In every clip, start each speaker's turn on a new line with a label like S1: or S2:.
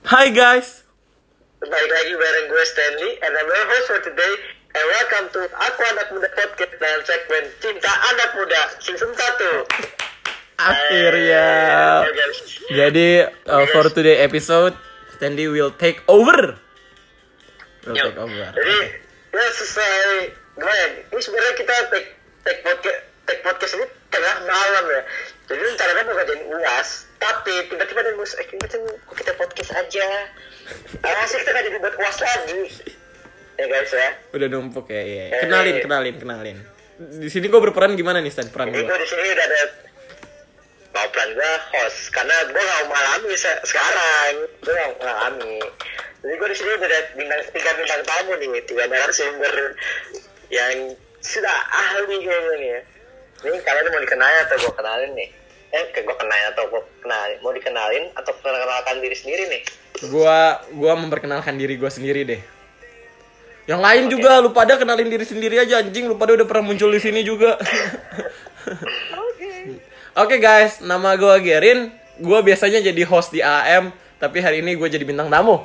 S1: Hi guys.
S2: Baik lagi bareng gue Stanley and I'm your host for today and welcome to Aku Anak Muda Podcast dalam segmen Cinta Anak Muda season 1.
S1: Akhirnya.
S2: Guys.
S1: Jadi for today episode Stanley will take over.
S2: Jadi ya sesuai gimana ya? Ini sebenarnya kita take podcast ini tengah malam ya. Jadi rencananya mau ngadain UAS, tapi tiba-tiba ada mus kita podcast aja. Asik kita jadi buat UAS lagi. Ya guys ya.
S1: Udah numpuk ya. Iya. Kenalin. Di sini gue berperan gimana nih Stan? Peran
S2: Jadi
S1: gue.
S2: gue di sini udah ada peran gue host karena gue nggak mau mengalami sekarang. Gue nggak mau mengalami. Jadi gue di sini udah ada tiga bintang tamu nih, tiga narasumber yang sudah ahli kayaknya nih ya. Ini kalian mau dikenalin atau gue kenalin nih? Gue kenalin atau gue kenalin? Mau dikenalin atau perkenalkan diri sendiri nih?
S1: Gua memperkenalkan diri gue sendiri deh. Yang lain juga lu pada kenalin diri sendiri aja anjing, lu pada udah pernah muncul di sini juga. Oke guys, nama gue Gerin. Gue biasanya jadi host di AM, tapi hari ini gue jadi bintang tamu.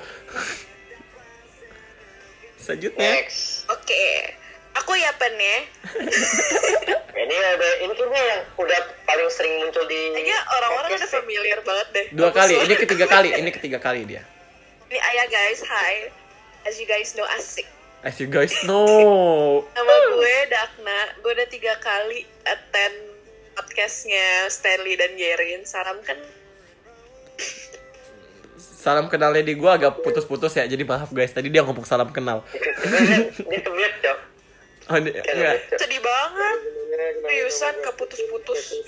S1: Selanjutnya.
S2: Next.
S3: Oke, aku Yapen ya.
S2: Ini kayaknya yang udah paling sering muncul di
S3: Kayaknya orang-orang udah
S2: podcast ya.
S3: familiar banget deh.
S1: 2 kali, ini ketiga kali dia.
S3: Ini Ayah guys, hi. As you guys know, asik.
S1: As you guys know.
S3: Nama gue Dakna. Gue udah 3 kali attend podcastnya Stanley dan Gerin. Salam kan?
S1: Salam kenalnya di gue agak putus-putus ya, jadi maaf guys. Tadi dia ngomong salam kenal.
S2: Ini kebiak dong.
S1: Oh, enggak.
S3: Sedih banget. Seriusan keputus-putus.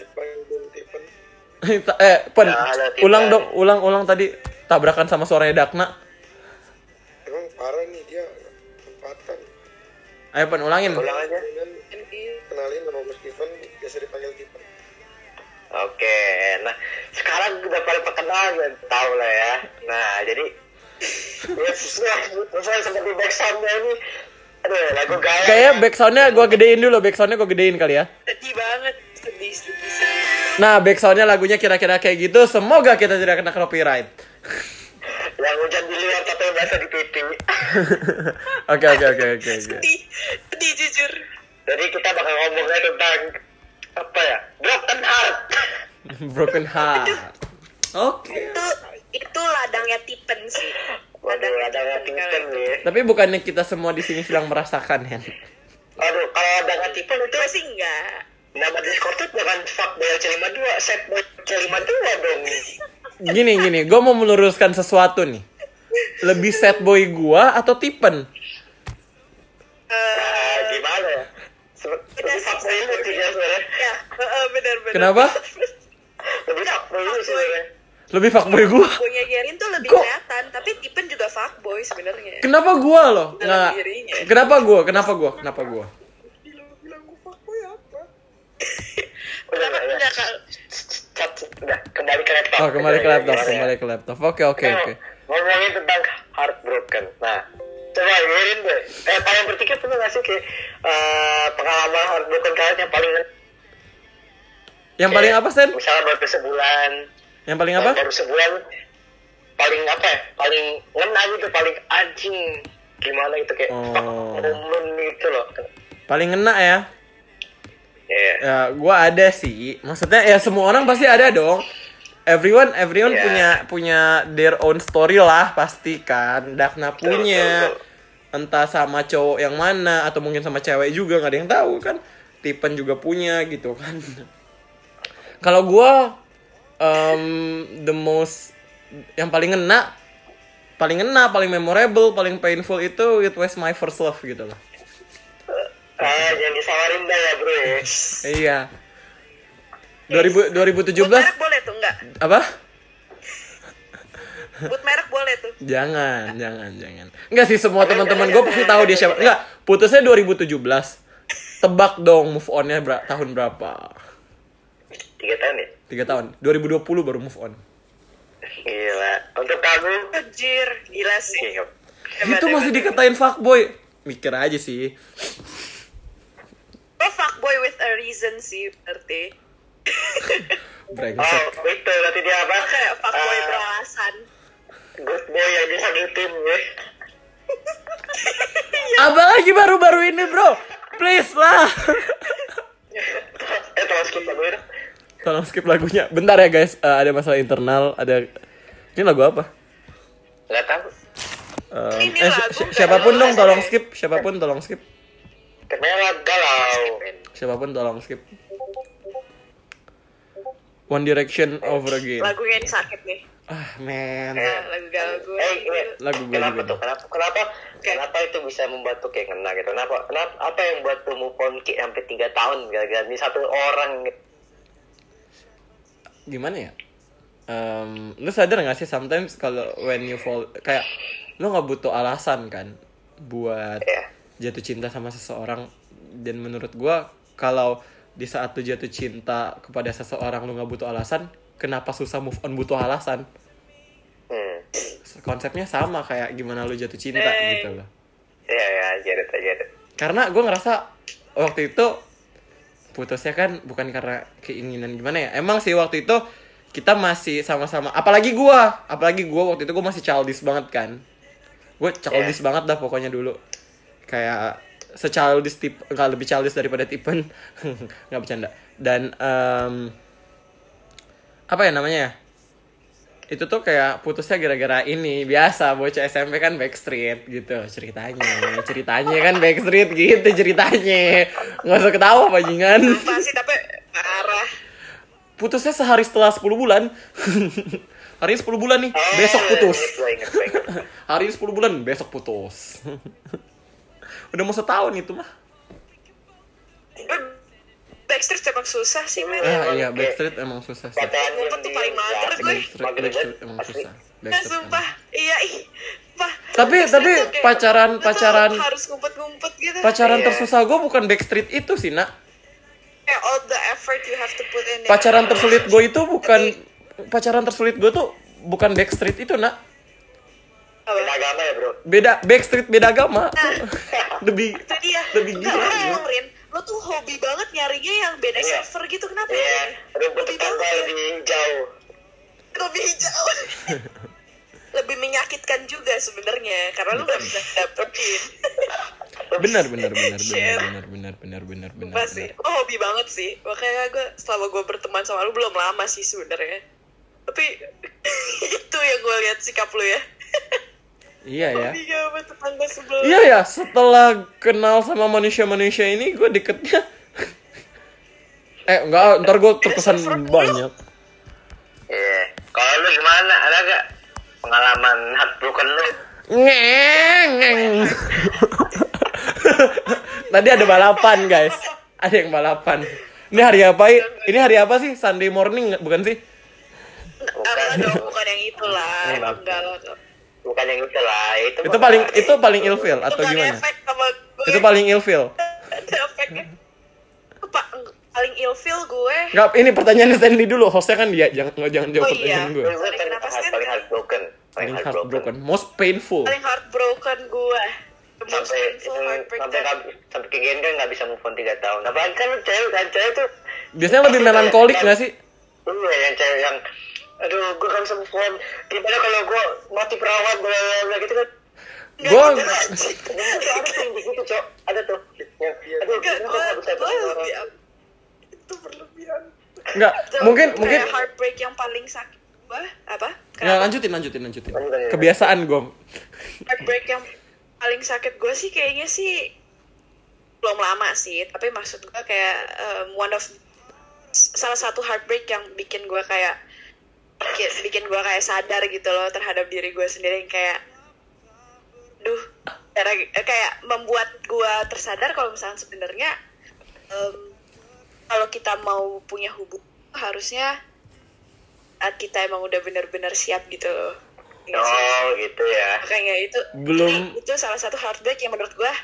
S1: Pen,
S2: Halo,
S1: ulang
S2: Tipan.
S1: dong, ulang tadi tabrakan sama suaranya Dakna.
S4: Emang parah nih dia tempatan.
S1: Ayo Pen, ulangin.
S2: Ulang aja.
S4: Kenalin nama gue Steven, biasa dipanggil Steven.
S2: Oke, nah sekarang udah pada perkenalan tahu lah ya. Nah jadi ya sesuai seperti backsoundnya ini, aduh lagu gaya.
S1: Kayaknya backsoundnya gue gedein dulu, backsoundnya gue gedein kali ya.
S3: Sedih banget. Sedih.
S1: Nah, backsoundnya lagunya kira-kira kayak gitu. Semoga kita tidak kena copyright.
S2: Yang hujan di luar tapi yang basah di pipi.
S1: Oke.
S3: Sedih jujur.
S2: Jadi kita bakal ngomongnya tentang apa ya? Broken heart.
S1: Broken heart. Oke.
S3: Itu ladangnya Tipen sih.
S2: Waduh, ada ngatin nih.
S1: Tapi bukannya kita semua di sini sedang merasakan, Hen?
S2: Aduh, kalau ada ngatipan itu
S3: Gue sih enggak.
S2: nama Discord itu bukan fuckboy C52, setboy C52 dong.
S1: Gini, gue mau meluruskan sesuatu nih. Lebih sad boy gua atau Tipen?
S2: Gimana ya? Lebih fuckboy lu sih ya sebenarnya.
S3: Ya, benar.
S1: Kenapa?
S2: Lebih fuckboy lu sih sebenarnya.
S1: Lebih fuckboy gua.
S3: Fuckboynya Gerin tuh lebih
S1: Kok?
S3: kelihatan, tapi Tipen juga fuckboy sebenarnya.
S1: Kenapa gua loh?
S3: Dalam
S1: Nggak.
S3: dirinya.
S1: Kenapa gua?
S4: Bilang gue fuckboy apa?
S2: Udah, kembali ke laptop.
S1: Oh, kembali ke laptop,
S2: Gimana ya?
S1: kembali ke laptop. Oke.
S2: Ngomongin tentang heartbroken. Nah, coba dengerin deh. Paling berpikir pernah nggak sih kayak pengalaman heartbroken kalian yang paling
S1: Yang paling apa, Sen?
S2: misalnya baru sebulan,
S1: Yang paling apa?
S2: baru sebulan, paling apa ya? Paling ngena gitu, paling anjing gimana gitu kayak
S1: Oh.
S2: momen gitu loh.
S1: Paling ngena ya?
S2: Iya.
S1: Ya, gua ada sih. Maksudnya ya semua orang pasti ada dong. Everyone
S2: Yeah.
S1: punya their own story lah pasti kan. Dakna punya.
S2: Betul.
S1: Entah sama cowok yang mana atau mungkin sama cewek juga, nggak ada yang tahu kan. Tipen juga punya gitu kan. Kalau gua the most yang paling ngena, paling memorable, paling painful itu it was my first love gitu loh.
S2: Jangan disawarin dah ya bro ya.
S1: Iya.
S3: But
S1: 2017
S3: merek boleh tuh enggak?
S1: apa?
S3: But merek boleh tuh.
S1: Jangan. Enggak sih, semua teman-teman gue pasti tahu dia siapa. Enggak, putusnya 2017. Tebak dong move on-nya tahun berapa?
S2: 3 tahun ya?
S1: 3 tahun. 2020 baru move on.
S2: Gila. Untuk kamu
S3: Anjir, gila sih. Hebat,
S1: Itu masih
S3: hebat.
S1: dikatain fuckboy. Mikir aja sih.
S3: Gue fuckboy with a reason sih berarti.
S1: Brengsek.
S2: itu berarti dia apa?
S3: Kayak fuckboy beralasan.
S2: good boy yang disakitin gue.
S1: Apalagi baru-baru ini bro, please lah.
S2: Tolong skip lagu itu.
S1: Tolong skip lagunya. Bentar ya guys, ada masalah internal. Ada ini lagu apa?
S2: Gak tahu.
S3: Ini lagu
S1: Siapapun
S3: galau.
S1: dong tolong skip. Siapapun tolong skip.
S2: Ternyata galau.
S1: Siapapun tolong skip. One Direction Over Again.
S3: Lagunya ini sakit nih.
S1: Ah man.
S3: Lagu galau gue.
S1: Lagu gue
S2: Kenapa
S1: juga.
S2: tuh? Kenapa itu bisa membuat tuh kayak kena gitu? Kenapa apa yang buat tuh move on kayak sampai 3 tahun gara-gara ini satu orang gitu?
S1: Gimana ya? Lu sadar gak sih sometimes kalau when you fall, kayak lu nggak butuh alasan kan buat
S2: Iya.
S1: jatuh cinta sama seseorang. Dan menurut gua kalau di saat lu jatuh cinta kepada seseorang lu nggak butuh alasan, kenapa susah move on butuh alasan? Konsepnya sama kayak gimana lu jatuh cinta gitu loh.
S2: Iya, get it.
S1: Karena gue ngerasa waktu itu putusnya kan bukan karena keinginan gimana ya. Emang sih waktu itu kita masih sama-sama. Apalagi gue waktu itu gue masih childish banget kan. Gue childish banget dah pokoknya dulu. Kayak se-childish tip, nggak lebih childish daripada Tipen. Nggak bercanda. Dan apa ya namanya? Itu tuh kayak putusnya gara-gara ini. Biasa bocah SMP kan backstreet gitu ceritanya kan backstreet gitu ceritanya. Nggak usah ketawa bajingan.
S3: Apa sih tapi parah.
S1: Putusnya sehari setelah 10 bulan. Hari 10 bulan nih, besok putus.
S2: Gue inget.
S1: Hari 10 bulan, besok putus. Udah mau setahun itu mah.
S3: Backstreet emang susah sih men.
S1: Iya, backstreet emang susah sih.
S3: Ngumpet tuh paling mager gue.
S1: Backstreet emang susah.
S3: Nah
S1: Backstreet
S3: sumpah, iya Pak.
S1: Tapi pacaran
S3: harus ngumpet-ngumpet gitu.
S1: pacaran tersusah gue bukan backstreet itu sih, Nak.
S3: Kayak all the effort you have to put in.
S1: Pacaran tersulit gue itu bukan backstreet itu, Nak.
S2: Beda agama ya bro.
S1: Beda backstreet, beda agama. lebih
S3: Itu dia.
S1: lebih
S3: Enggak,
S1: gila.
S3: lo Rin, lo tuh hobi banget nyarinya yang beda server gitu, kenapa?
S2: Iya, rumput
S3: Hobi
S2: tetangga
S3: banget ya.
S2: lebih jauh.
S3: Lebih hijau. Lebih menyakitkan juga sebenarnya karena lu gak bisa dapetin.
S1: Benar.
S3: Pasti. Oh, hobi banget sih. Makanya gue selama gue berteman sama lu belum lama sih sebenarnya. Tapi itu yang gue lihat sikap lu ya.
S1: Iya ya.
S3: Hobi gak sama tetangga sebelah.
S1: Iya ya, setelah kenal sama manusia-manusia ini gue deketnya enggak, ntar gue terkesan banyak.
S2: Iya. Kalau lu gimana? Ada gak pengalaman heartbroken lu?
S1: Ngeng. Tadi ada balapan guys. Ada yang balapan. Ini hari apa sih? Sunday morning bukan sih?
S3: Apa dong, bukan yang itulah. Emang enggak lah.
S2: Bukan yang itu lah.
S1: Itu paling ilfeel atau
S3: Bukan
S1: gimana?
S3: efek sama gue.
S1: Itu paling ilfeel.
S3: Ada efeknya. Paling ilfeel gue.
S1: Enggak, ini pertanyaan Stanley dulu. Hostnya kan dia, jangan jawab
S3: Oh,
S1: pertanyaan
S3: iya.
S1: gue.
S3: Kenapa sih?
S2: Paling heartbroken.
S1: Paling heartbroken, most painful.
S3: Paling heartbroken gue. The most
S2: Sampai
S3: painful heartbreak that-
S2: sampai ke Gendel nggak bisa move on 3 tahun. Apalagi kan cewek tuh.
S1: Biasanya lebih melankolik nggak sih?
S2: Iya, yang cewek yang aduh, gue kan bisa move on. Gimana kalau gue mati perawat bla gitu kan?
S1: Gue
S2: Ada tuh gitu, Cok. Ada tuh. Aduh,
S3: Enggak,
S2: gimana kalau bisa
S3: gue
S2: orang?
S3: lebih itu berlebihan.
S1: nggak, mungkin
S3: Kayak heartbreak yang paling sakit gue apa?
S1: ya lanjutin. Kebiasaan gue.
S3: Heartbreak yang paling sakit gue sih kayaknya sih belum lama sih, tapi maksud gue kayak salah satu heartbreak yang bikin gue kayak sadar gitu loh terhadap diri gue sendiri, yang kayak kayak membuat gue tersadar kalau misalnya sebenarnya kalau kita mau punya hubungan harusnya saat kita emang udah benar-benar siap gitu loh.
S2: Oh, gitu ya.
S3: Makanya itu salah satu heartbreak yang menurut gue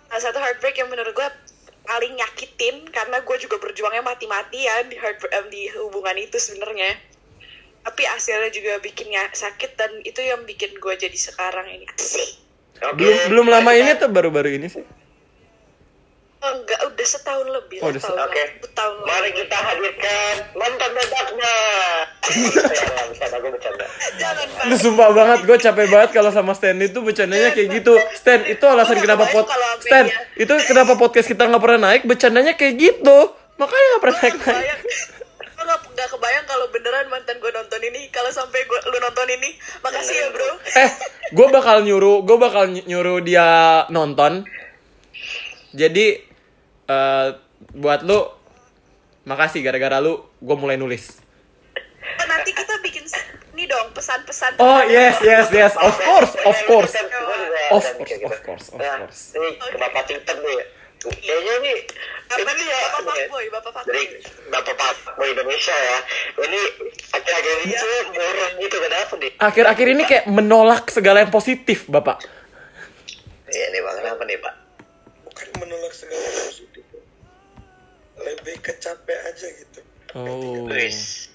S3: paling nyakitin, karena gue juga berjuangnya mati-matian di hubungan itu sebenarnya, tapi hasilnya juga bikinnya sakit, dan itu yang bikin gue jadi sekarang ini sih.
S1: Belum lama ini atau baru-baru ini sih?
S3: Oh, enggak, udah setahun lebih.
S1: Oh, udah
S2: Oke.
S3: Setahun
S2: Mari
S3: lebih.
S2: kita hadirkan mantan dadaknya. Bercanda, gue bercanda.
S3: Jangan, Pak.
S1: Lu sumpah banget, gue capek banget kalau sama Stan itu bercandanya kayak gitu. Stan, itu alasan
S3: Gua
S1: kenapa
S3: nggak kebayang kalau
S1: Stan,
S3: dia-
S1: itu kenapa podcast kita nggak pernah naik, bercandanya kayak gitu. Makanya nggak pernah naik.
S3: Gue gak kebayang kalau beneran mantan gue nonton ini. Kalau sampai lu nonton ini, makasih ya bro.
S1: Gue bakal nyuruh dia nonton. Jadi buat lu, makasih gara-gara lu, gue mulai nulis.
S3: Nanti kita bikin ini dong, pesan-pesan.
S1: Oh yes, of course.
S2: Of
S1: course.
S2: Ini ke Bapak Twitter nih ya. Kayaknya nih,
S3: Apa
S2: ini
S3: nih,
S2: ya,
S3: Bapak Fuckboy, Bapak
S2: dari
S3: Fuckboy.
S2: Bapak Fuckboy Indonesia ya. Ini akhir-akhir ini tuh murah gitu, kenapa nih?
S1: Akhir-akhir ini kayak menolak segala yang positif, Bapak.
S2: Iya nih Bang, kenapa nih Pak?
S4: Bukan menolak segala yang positif, lebih kecapek aja gitu.
S1: Oh.
S2: Wis.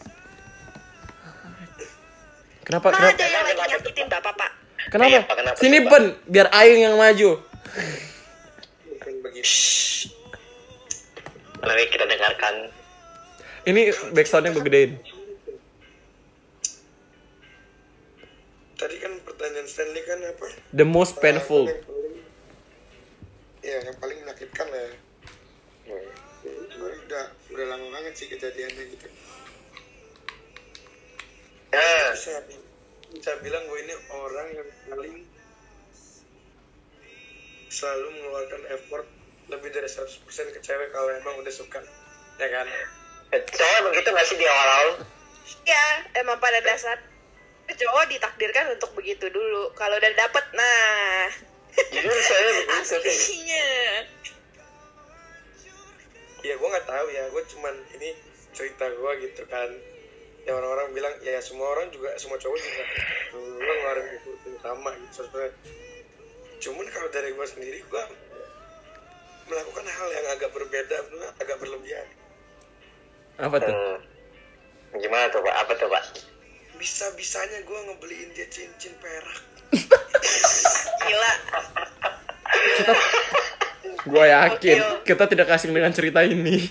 S1: Kenapa?
S3: Nah, ada yang lagi nyakitin Bapak.
S1: Kenapa?
S2: Iya, Pak, kenapa
S1: Sini
S2: sih, Pak?
S1: Pen, biar Aing yang maju.
S4: Bukan begitu.
S2: Mari kita dengarkan.
S1: Ini backsoundnya gue gedein.
S4: Tadi kan pertanyaan Stanley kan apa?
S1: The most painful.
S4: Iya, yang paling menyakitkan lah ya. Itu udah lama banget sih kejadiannya gitu.
S2: Nah,
S4: Bisa bilang gue ini orang yang paling selalu mengeluarkan effort lebih dari 100% ke cewek kalau emang udah suka, ya kan?
S2: cowok begitu nggak sih di awal-awal?
S3: Ya, emang pada dasar cowok ditakdirkan untuk begitu dulu. Kalau udah dapet, nah
S2: Jujur saya begitu sih.
S3: aslinya.
S4: Ya gue nggak tahu ya, gue cuman ini cerita gue gitu kan. Ya orang-orang bilang ya semua orang juga, semua cowok juga ngeluarin effort yang sama gitu sebenarnya. Cuman kalau dari gue sendiri, gue melakukan hal yang agak berbeda, agak berlebihan.
S1: Apa tuh?
S2: Gimana tuh Pak? Apa tuh Pak?
S4: Bisa-bisanya gue ngebeliin dia cincin perak.
S3: Gila.
S1: Gue yakin kita tidak asing dengan cerita ini.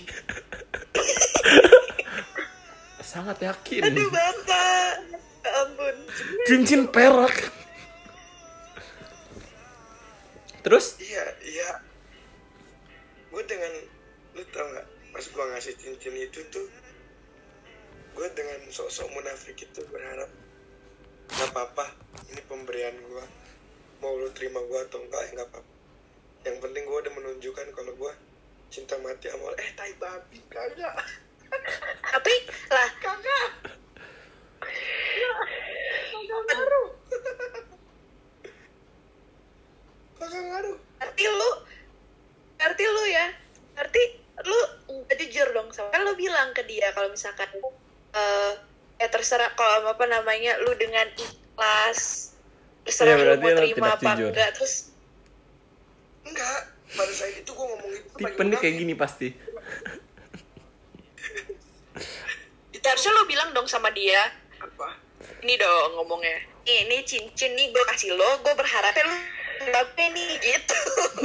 S1: Sangat yakin.
S3: Aduh Bapak. Ya ampun.
S1: Cincin perak. Terus?
S4: Iya. Gue dengan, lu tau gak, pas gue ngasih cincin itu tuh, gue dengan sok-sok munafik itu berharap gak apa-apa, ini pemberian gue, mau lu terima gue atau enggak ya gak apa-apa. Yang penting gue udah menunjukkan kalau gue cinta mati sama lu. Tai babi, kagak.
S3: Tapi lah,
S4: Kagak ngaruh. Kagak ngaruh.
S3: Berarti lu ya. Berarti lu nggak jujur dong sama. Kan lu bilang ke dia kalau misalkan ya terserah kalau apa namanya lu dengan ikhlas. Terserah
S1: Iya,
S3: lu
S1: berarti
S3: mau
S1: lu
S3: terima
S1: tidak
S3: apa
S1: jujur.
S3: enggak. Terus
S4: Enggak, pada saat itu gue ngomong itu
S1: Tipe nih kayak gini pasti.
S3: itu harusnya lu bilang dong sama dia.
S4: apa?
S3: Ini dong ngomongnya. Ini cincin nih gue kasih lo. Gue berharapnya lu nggak nih gitu.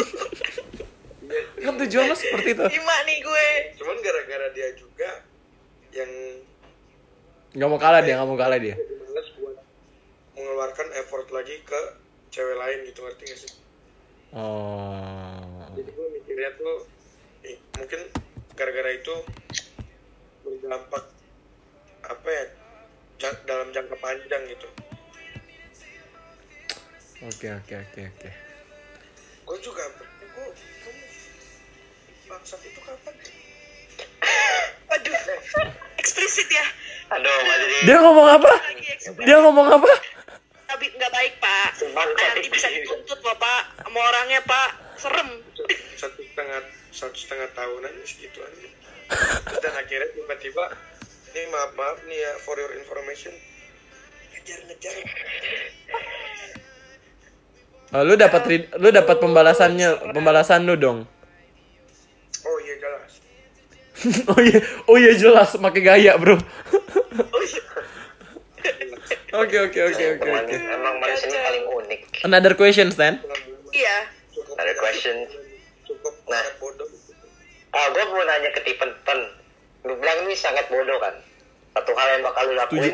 S1: Kan tujuan lo seperti itu.
S3: Terima nih gue.
S4: Cuman gara-gara dia juga yang
S1: Gak mau kalah dia.
S4: males buat mengeluarkan effort lagi ke cewek lain gitu, ngerti gak sih?
S1: Oh.
S4: Jadi gue mikirnya tuh mungkin gara-gara itu berdampak apa ya, dalam jangka panjang gitu.
S1: Oke.
S4: Gue juga kamu bangsat itu kapan?
S3: Waduh. Eksplisit ya.
S2: Aduh, jadi
S1: Dia ngomong apa?
S3: Lagi eksplisit.
S1: Dia ngomong apa?
S3: Tapi nggak baik Pak. Nanti bisa dituntut loh Pak sama orangnya Pak. Serem.
S4: satu setengah tahunan segitu aja. Dan akhirnya tiba-tiba ini maaf nih ya, for your information, ngejar
S1: Lu dapat pembalasan lu dong.
S4: oh iya jelas.
S1: oh iya jelas, pakai gaya, Bro.
S3: Oh iya.
S1: Oke.
S2: emang manusianya paling unik.
S1: Another question, Stan.
S3: Iya.
S4: Cukup
S2: Ada question.
S4: cukup
S2: Nah.
S4: sangat
S2: gue mau nanya ke Tipen. Lu bilang ini sangat bodoh kan? Satu hal yang bakal lu lakuin.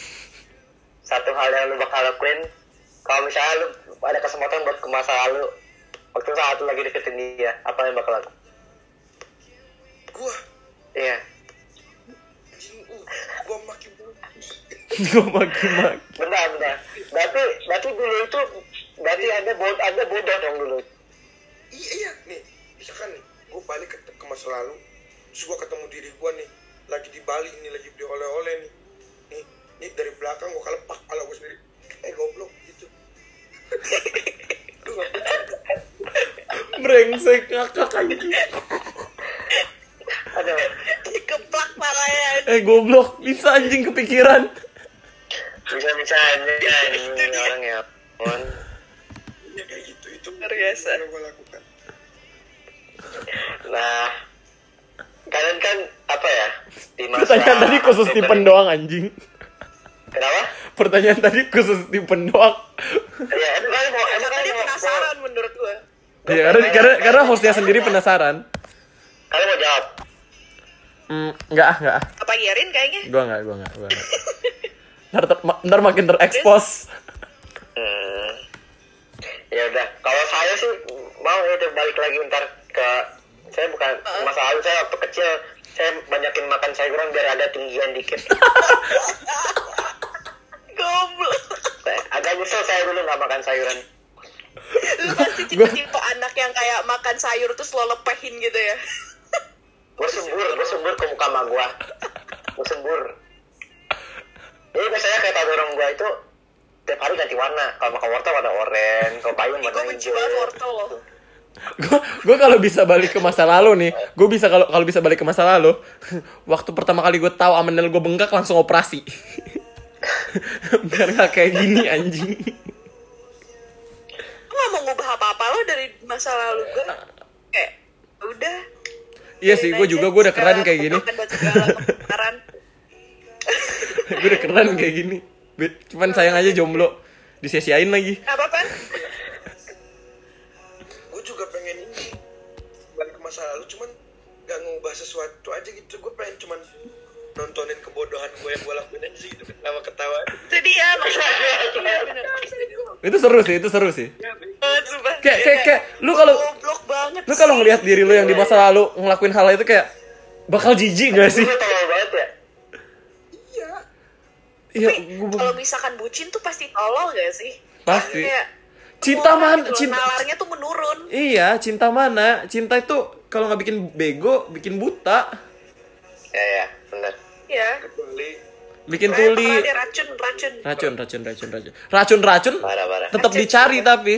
S2: Kalau misalnya lu ada kesempatan buat ke masa lalu, waktu saat lu lagi deketin dia, apa yang bakal lakuin?
S4: Gua
S2: Iya.
S4: gua makin bagus.
S1: Gue maki-maki.
S2: Bentar. Berarti dulu itu ada bodoh dong dulu.
S4: Iya nih, misalkan nih, gua balik ke masa lalu, terus gua ketemu diri gua nih, lagi di Bali nih, lagi beli oleh-oleh nih. Nih dari belakang gua kelepak kepala gua sendiri. Goblok gitu. Lu nggak
S1: Brengsek ngakak anjing.
S2: Aduh.
S3: Dikeplak palanya.
S1: Goblok, bisa anjing kepikiran.
S2: Bisa ini orang ya.
S4: ya kayak gitu itu
S3: Luar biasa.
S4: yang gua lakukan.
S2: Nah, kalian kan apa ya? Di masa
S1: Pertanyaan tadi khusus Tipen doang anjing.
S2: Kenapa?
S1: Pertanyaan tadi khusus Tipen doang.
S2: Ya, emang kalian mau
S3: Tadi penasaran menurut gue.
S1: Ya, karena hostnya sendiri penasaran.
S2: Kalian mau jawab?
S1: Enggak ah.
S3: Apa Yerin kayaknya?
S1: Gua enggak. Ntar makin terekspos.
S2: Ya udah, kalau saya sih mau itu balik lagi ntar ke saya bukan masa lalu, saya waktu kecil saya banyakin makan sayuran biar ada tinggian dikit.
S3: Goblok.
S2: Agak nyesel saya dulu nggak makan sayuran.
S3: Lu pasti tipe-tipe anak yang kayak makan sayur terus lo lepehin gitu ya.
S2: Gue sembur ke muka mak gue. Gue sembur. Jadi biasanya kayak tahu orang gue itu tiap hari ganti warna. Kalau makan wortel warna oranye, kalau bayam warna
S3: Gue benci
S2: hijau.
S3: banget wortel loh.
S1: Gue kalau bisa balik ke masa lalu nih, gue bisa kalau bisa balik ke masa lalu, waktu pertama kali gue tahu amenel gue bengkak langsung operasi. Biar gak kayak gini anjing.
S3: Gue gak mau ngubah apa-apa lo dari masa lalu gue. Kayak udah.
S1: Iya sih, gue udah keren kayak gini. Gue udah keren kayak gini. Cuman sayang aja jomblo, disia-siain lagi.
S3: Apa-apaan?
S4: Gue juga pengen ini balik ke masa lalu, cuman gak ngubah sesuatu aja gitu. Gue pengen cuman nontonin kebodohan gue yang gue lakuin aja sih gitu, ketawa ketawa.
S3: Itu dia maksudnya. Iya bener.
S1: Itu seru sih.
S3: Sumpah.
S1: Kayak lu kalau
S3: goblok banget.
S1: lu kalau ngelihat diri lu yang di masa lalu ngelakuin hal itu kayak bakal jijik gak sih?
S2: Gue tolol banget ya.
S1: Iya,
S3: Kalau misalkan bucin tuh pasti tolol gak sih?
S1: pasti.
S3: Kayak
S1: Cinta mana?
S3: nalarnya tuh menurun.
S1: Iya, cinta mana? Cinta itu kalau nggak bikin bego, bikin buta,
S2: Ya, benar.
S3: Ya.
S4: Kecuali
S1: bikin
S3: Kayak
S1: tuli.
S3: pernah ada racun.
S2: Parah.
S1: Tetap dicari tapi.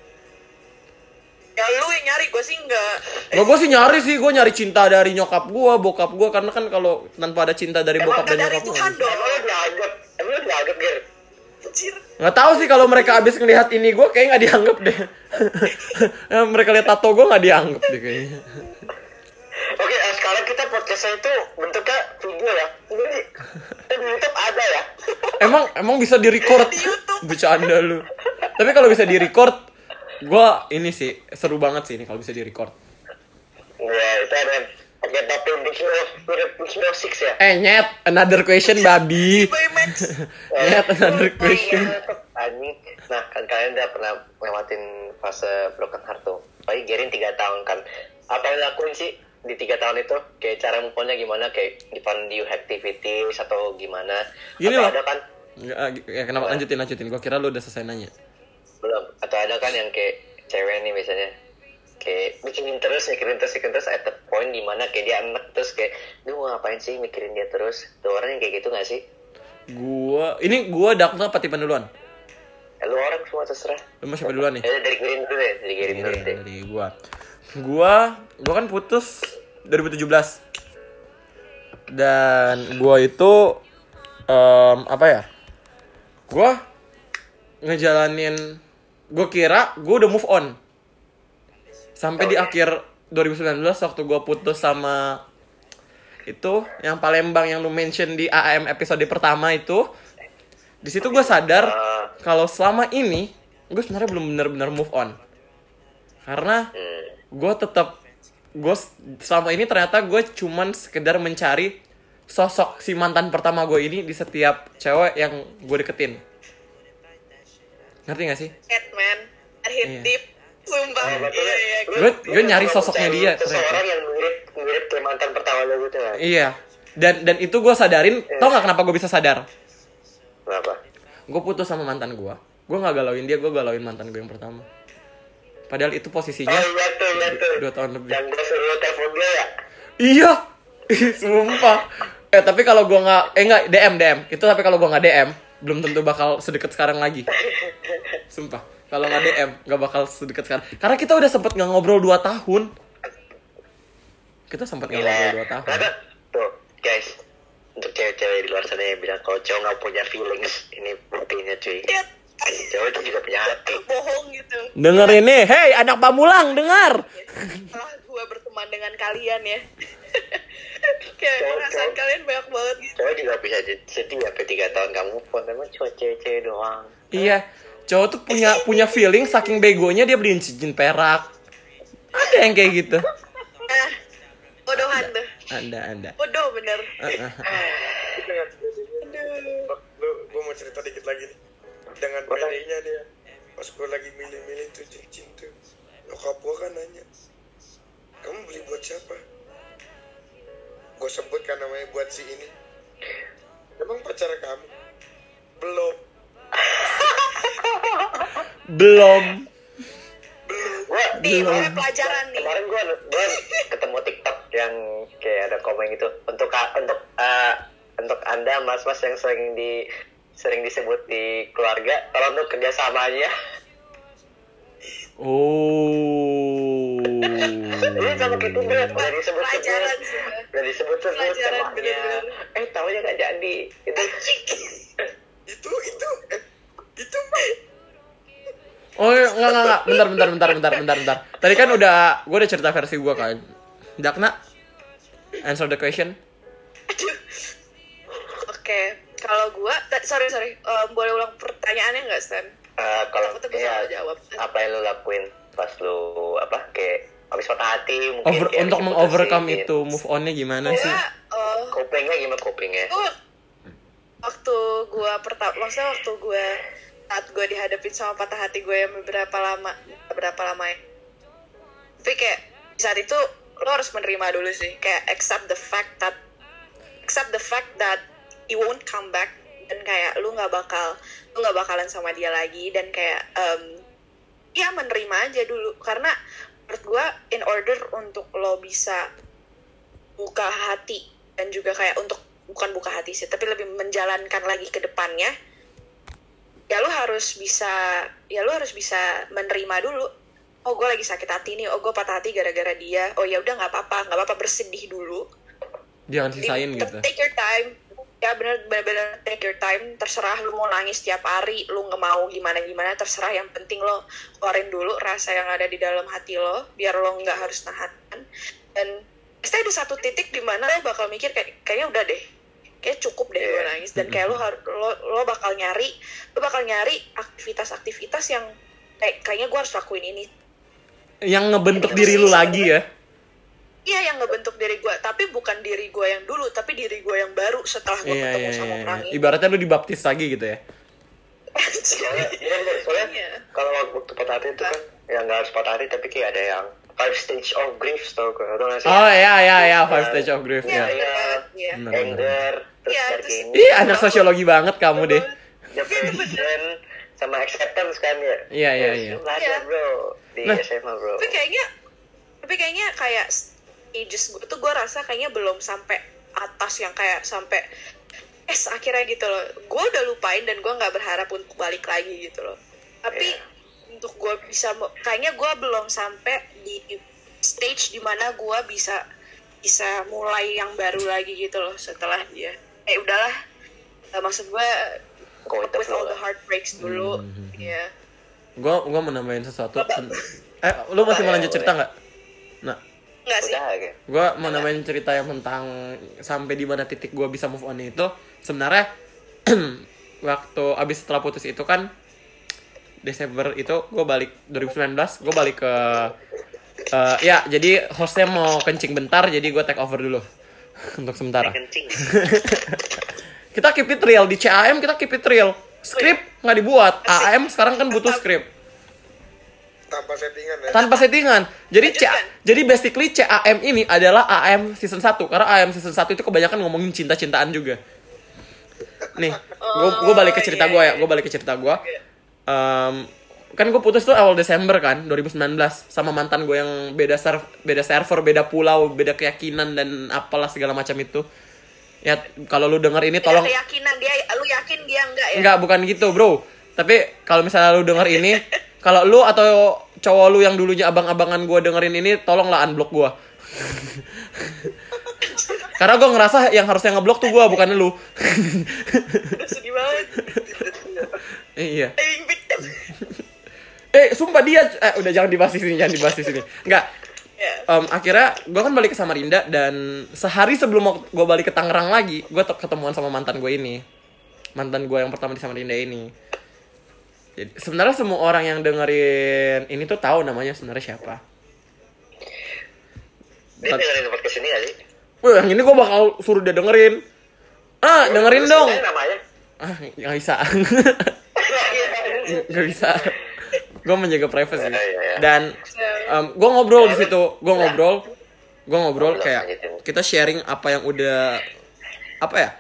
S3: Ya lu yang nyari, gue sih enggak.
S1: Gue sih nyari cinta dari nyokap gue, bokap gue, karena kan kalau tanpa ada cinta dari bokap dan
S3: Dari
S1: nyokap
S3: Tuhan
S1: gue.
S3: dong.
S2: Emang lu dianggap, Ger?
S3: Anjir.
S1: Nggak tahu sih kalau mereka abis ngelihat ini gue kayak nggak dianggap deh. Mereka lihat tato gue nggak dianggap deh kayaknya.
S2: Oke, sekarang kita podcastnya itu bentuknya video ya. Jadi di YouTube ada ya.
S1: Emang bisa di-record?
S3: Di YouTube.
S1: Bercanda lu. Tapi kalau bisa di-record, gue ini sih seru banget sih ini kalau bisa di-record.
S2: Ya, itu ada pakai tapi Big Hero 6 ya.
S1: Nyet, another question babi.
S3: By Max.
S1: Nyet, another question.
S2: Anjing. Nah, kan kalian udah pernah lewatin fase broken heart tuh. Apalagi Gerin 3 tahun kan. Apa yang lakuin sih di 3 tahun itu? Kayak cara move on-nya gimana? Kayak different new activities atau gimana?
S1: Gini
S2: atau
S1: loh.
S2: ada kan?
S1: Kenapa lanjutin? Gue kira lu udah selesai nanya.
S2: Belum. Atau ada kan yang kayak cewek nih biasanya. Kayak mikirin terus at the point dimana kayak dia enak terus kayak lu mau ngapain sih mikirin dia terus? Tuh orang yang kayak gitu gak sih?
S1: Gua Dakta apa Tipen duluan?
S2: Lu orang semua terserah.
S1: Lu mau siapa duluan nih?
S2: Dari Gerin dulu deh. Dari Gerin dulu deh.
S1: Dari gua kan putus 2017 dan gua itu apa ya, gua ngejalanin, gua kira gua udah move on sampai di akhir 2019 waktu gua putus sama itu yang Palembang yang lu mention di AM episode pertama itu. Di situ gua sadar kalau selama ini gue sebenarnya belum benar-benar move on karena gue tetap gue selama ini ternyata gue cuman sekedar mencari sosok si mantan pertama gue ini di setiap cewek yang gue deketin. Ngerti gak sih?
S3: Cat man, hit
S1: Iya.
S3: deep, sumpah.
S2: betul.
S3: Iya.
S1: Gue nyari sosoknya dia
S2: Seseorang
S1: ternyata.
S2: yang mirip ke mantan pertama lo gitu kan.
S1: Iya. Dan itu gue sadarin, tau gak kenapa gue bisa sadar?
S2: Kenapa?
S1: Gue putus sama mantan gue. Gue gak galauin dia, gue galauin mantan gue yang pertama. Padahal itu posisinya
S2: iya tuh
S1: 2 tahun lebih.
S2: yang gue suruh lo telepon dia ya.
S1: Iya. Sumpah. Tapi kalau gue nggak DM. Itu tapi kalau gue nggak DM, belum tentu bakal sedekat sekarang lagi. Sumpah. Kalau nggak DM, nggak bakal sedekat sekarang. Karena kita udah sempet nggak ngobrol 2 tahun. Kita sempet nggak ngobrol 2 tahun.
S2: Karena tuh guys, untuk cewek-cewek di luar sana yang bilang kalau cowok nggak punya feelings, ini buktinya cuy.
S3: Iya.
S2: Cowok itu juga punya hati.
S3: Bohong gitu.
S1: Denger ini, hey anak Pamulang, dengar.
S3: Setelah gue berteman dengan kalian ya. Kayak
S2: Cowok-
S3: perasaan
S2: cowok-
S3: kalian banyak banget gitu.
S2: Cowok juga bisa sedih sampai 3 tahun kamu pun, emang cuma cewek-cewek doang.
S1: Iya, cowok tuh punya feeling saking begonya dia beliin cincin perak. Ada yang kayak gitu.
S3: Nah, bodohan tuh.
S1: Ada.
S3: Bodoh bener.
S4: Gue mau cerita dikit lagi nih. Dengan pedenya dia, pas gue lagi milih-milih tuh cincin tuh, nyokap gue kan nanya, kamu beli buat siapa? Gue sebut kan namanya buat si ini. Emang pacar kamu? Belum.
S1: Belum.
S3: Nih, mulai pelajaran nih.
S2: Kemarin gue ketemu TikTok yang kayak ada komen gitu untuk anda mas-mas yang sering disebut di keluarga, tolong tuh kerjasamanya.
S1: Oh.
S2: Ini sama gitu deh, udah
S3: Pelajaran
S2: disebut-sebut,
S3: sih.
S2: udah disebut-sebut
S3: Pelajaran,
S2: temanya.
S3: bener-bener.
S2: Taunya nggak jadi.
S4: Itu
S1: Oh enggak. Bentar. Tadi kan gue udah cerita versi gue kan. Dakna, answer the question.
S3: Oke, kalau gua, sorry, boleh ulang pertanyaannya nggak, Stan?
S2: Kalau
S3: Aku tuh bisa
S2: ya,
S3: jawab.
S2: apa yang lu lakuin pas lu kayak habis patah hati mungkin kayak
S1: Untuk
S2: habis
S1: mengovercome
S2: diputusin.
S1: itu, move on-nya gimana sih?
S2: Copingnya gimana copingnya?
S3: Gua waktu gua saat gue dihadapin sama patah hati gue yang berapa lama ya. Tapi kayak di saat itu lo harus menerima dulu sih, kayak accept the fact that he won't come back, dan kayak lu nggak bakalan sama dia lagi, dan kayak ya menerima aja dulu. Karena menurut gue in order untuk lo bisa buka hati, dan juga kayak untuk bukan buka hati sih, tapi lebih menjalankan lagi ke depannya, ya lu harus bisa menerima dulu. Oh, gue lagi sakit hati nih, oh gue patah hati gara-gara dia, oh ya udah nggak apa-apa bersedih dulu.
S1: Jangan sisain gitu.
S3: Take your time. Ya bener take your time. Terserah lu mau nangis tiap hari, lu nggak mau gimana terserah. Yang penting lo keluarin dulu rasa yang ada di dalam hati lo, biar lo nggak harus nahan. Dan pasti ada satu titik di mana lo bakal mikir kayaknya udah deh, kayak cukup deh gue nangis. Dan kayak lo bakal nyari aktivitas yang kayaknya gue harus lakuin ini.
S1: Yang ngebentuk diri lu lagi ya.
S3: Iya, yang ngebentuk diri gue, tapi bukan diri gue yang dulu, tapi diri gue yang baru setelah gue ketemu sama orang ini.
S1: Ibaratnya lu dibaptis lagi gitu ya.
S2: Soalnya kalau waktu patah hati itu kan ya nggak harus patah hati, tapi kayak ada yang 5 stage of grief, tau nggak sih?
S1: Oh ya, 5 stage of grief ya.
S3: Iya.
S2: Anger, terus
S3: Iya,
S2: bargaining,
S1: Ih, anak sosiologi banget kamu deh.
S2: depression, sama acceptance kan ya.
S1: Iya.
S2: Lu belajar bro di
S1: Nah.
S2: SMA bro.
S3: Tapi kayaknya kayak stages gue tuh gue rasa kayaknya belum sampai atas yang kayak sampai akhirnya gitu loh. Gue udah lupain dan gue nggak berharap untuk balik lagi gitu loh. Tapi untuk gue bisa, kayaknya gue belum sampai di stage dimana gue bisa mulai yang baru lagi gitu loh setelah dia. Udahlah, maksud gue
S2: Go with the
S3: with
S2: flow
S3: all the
S2: lah.
S3: heartbreaks dulu. Iya.
S1: Gua mau nambahin sesuatu. Lu masih mau lanjut cerita nggak? Nah,
S3: Enggak sih.
S2: Udah kayak.
S1: gue mau nambahin cerita yang tentang sampai di mana titik gue bisa move on itu. Sebenarnya waktu abis setelah putus itu kan Desember itu gue balik 2019, gue balik ke Ya, jadi hostnya mau kencing bentar, jadi gue take over dulu untuk sementara.
S2: Kencing.
S1: Kita keep it real di CAM, kita keep it real. Skrip nggak dibuat. AM sekarang kan butuh skrip
S4: Tanpa settingan ya.
S1: tanpa settingan. Jadi
S3: Lanjutkan.
S1: jadi basically CAM ini adalah AM season 1 karena AM season 1 itu kebanyakan ngomongin cinta-cintaan juga. Nih, gue balik ke cerita gue ya. Gue balik ke cerita gue. Kan gue putus tuh awal Desember kan 2019 sama mantan gue yang beda server, beda pulau, beda keyakinan dan apalah segala macam itu. Ya kalau lu denger ini tolong.
S3: Beda keyakinan dia, lu yakin dia enggak ya?
S1: Enggak, bukan gitu, bro. Tapi kalau misalnya lu denger ini, kalau lu atau cowok lu yang dulunya abang-abangan gue dengerin ini, tolonglah unblock gue. Karena gue ngerasa yang harusnya ngeblok tuh gue, bukan lu.
S3: Sedih banget.
S1: Iya.
S3: Paying victim.
S1: Sumpah dia, udah jangan dibahas di sini, Enggak.
S3: Ya.
S1: Akhirnya gue kan balik ke Samarinda dan sehari sebelum gue balik ke Tangerang lagi, gue ketemuan sama mantan gue ini, mantan gue yang pertama di Samarinda ini. Jadi sebenarnya semua orang yang dengerin ini tuh tahu namanya sebenarnya siapa.
S2: Dia dengerin podcast ini gak sih?
S1: Wah, yang ini gue bakal suruh dia dengerin. Dengerin
S2: Terus
S1: dong.
S2: namanya namanya?
S1: Nggak bisa. Nggak bisa. Gue menjaga privasi.
S2: Iya.
S1: Dan gue ngobrol di situ. Gue ngobrol kayak kita sharing apa yang udah apa ya?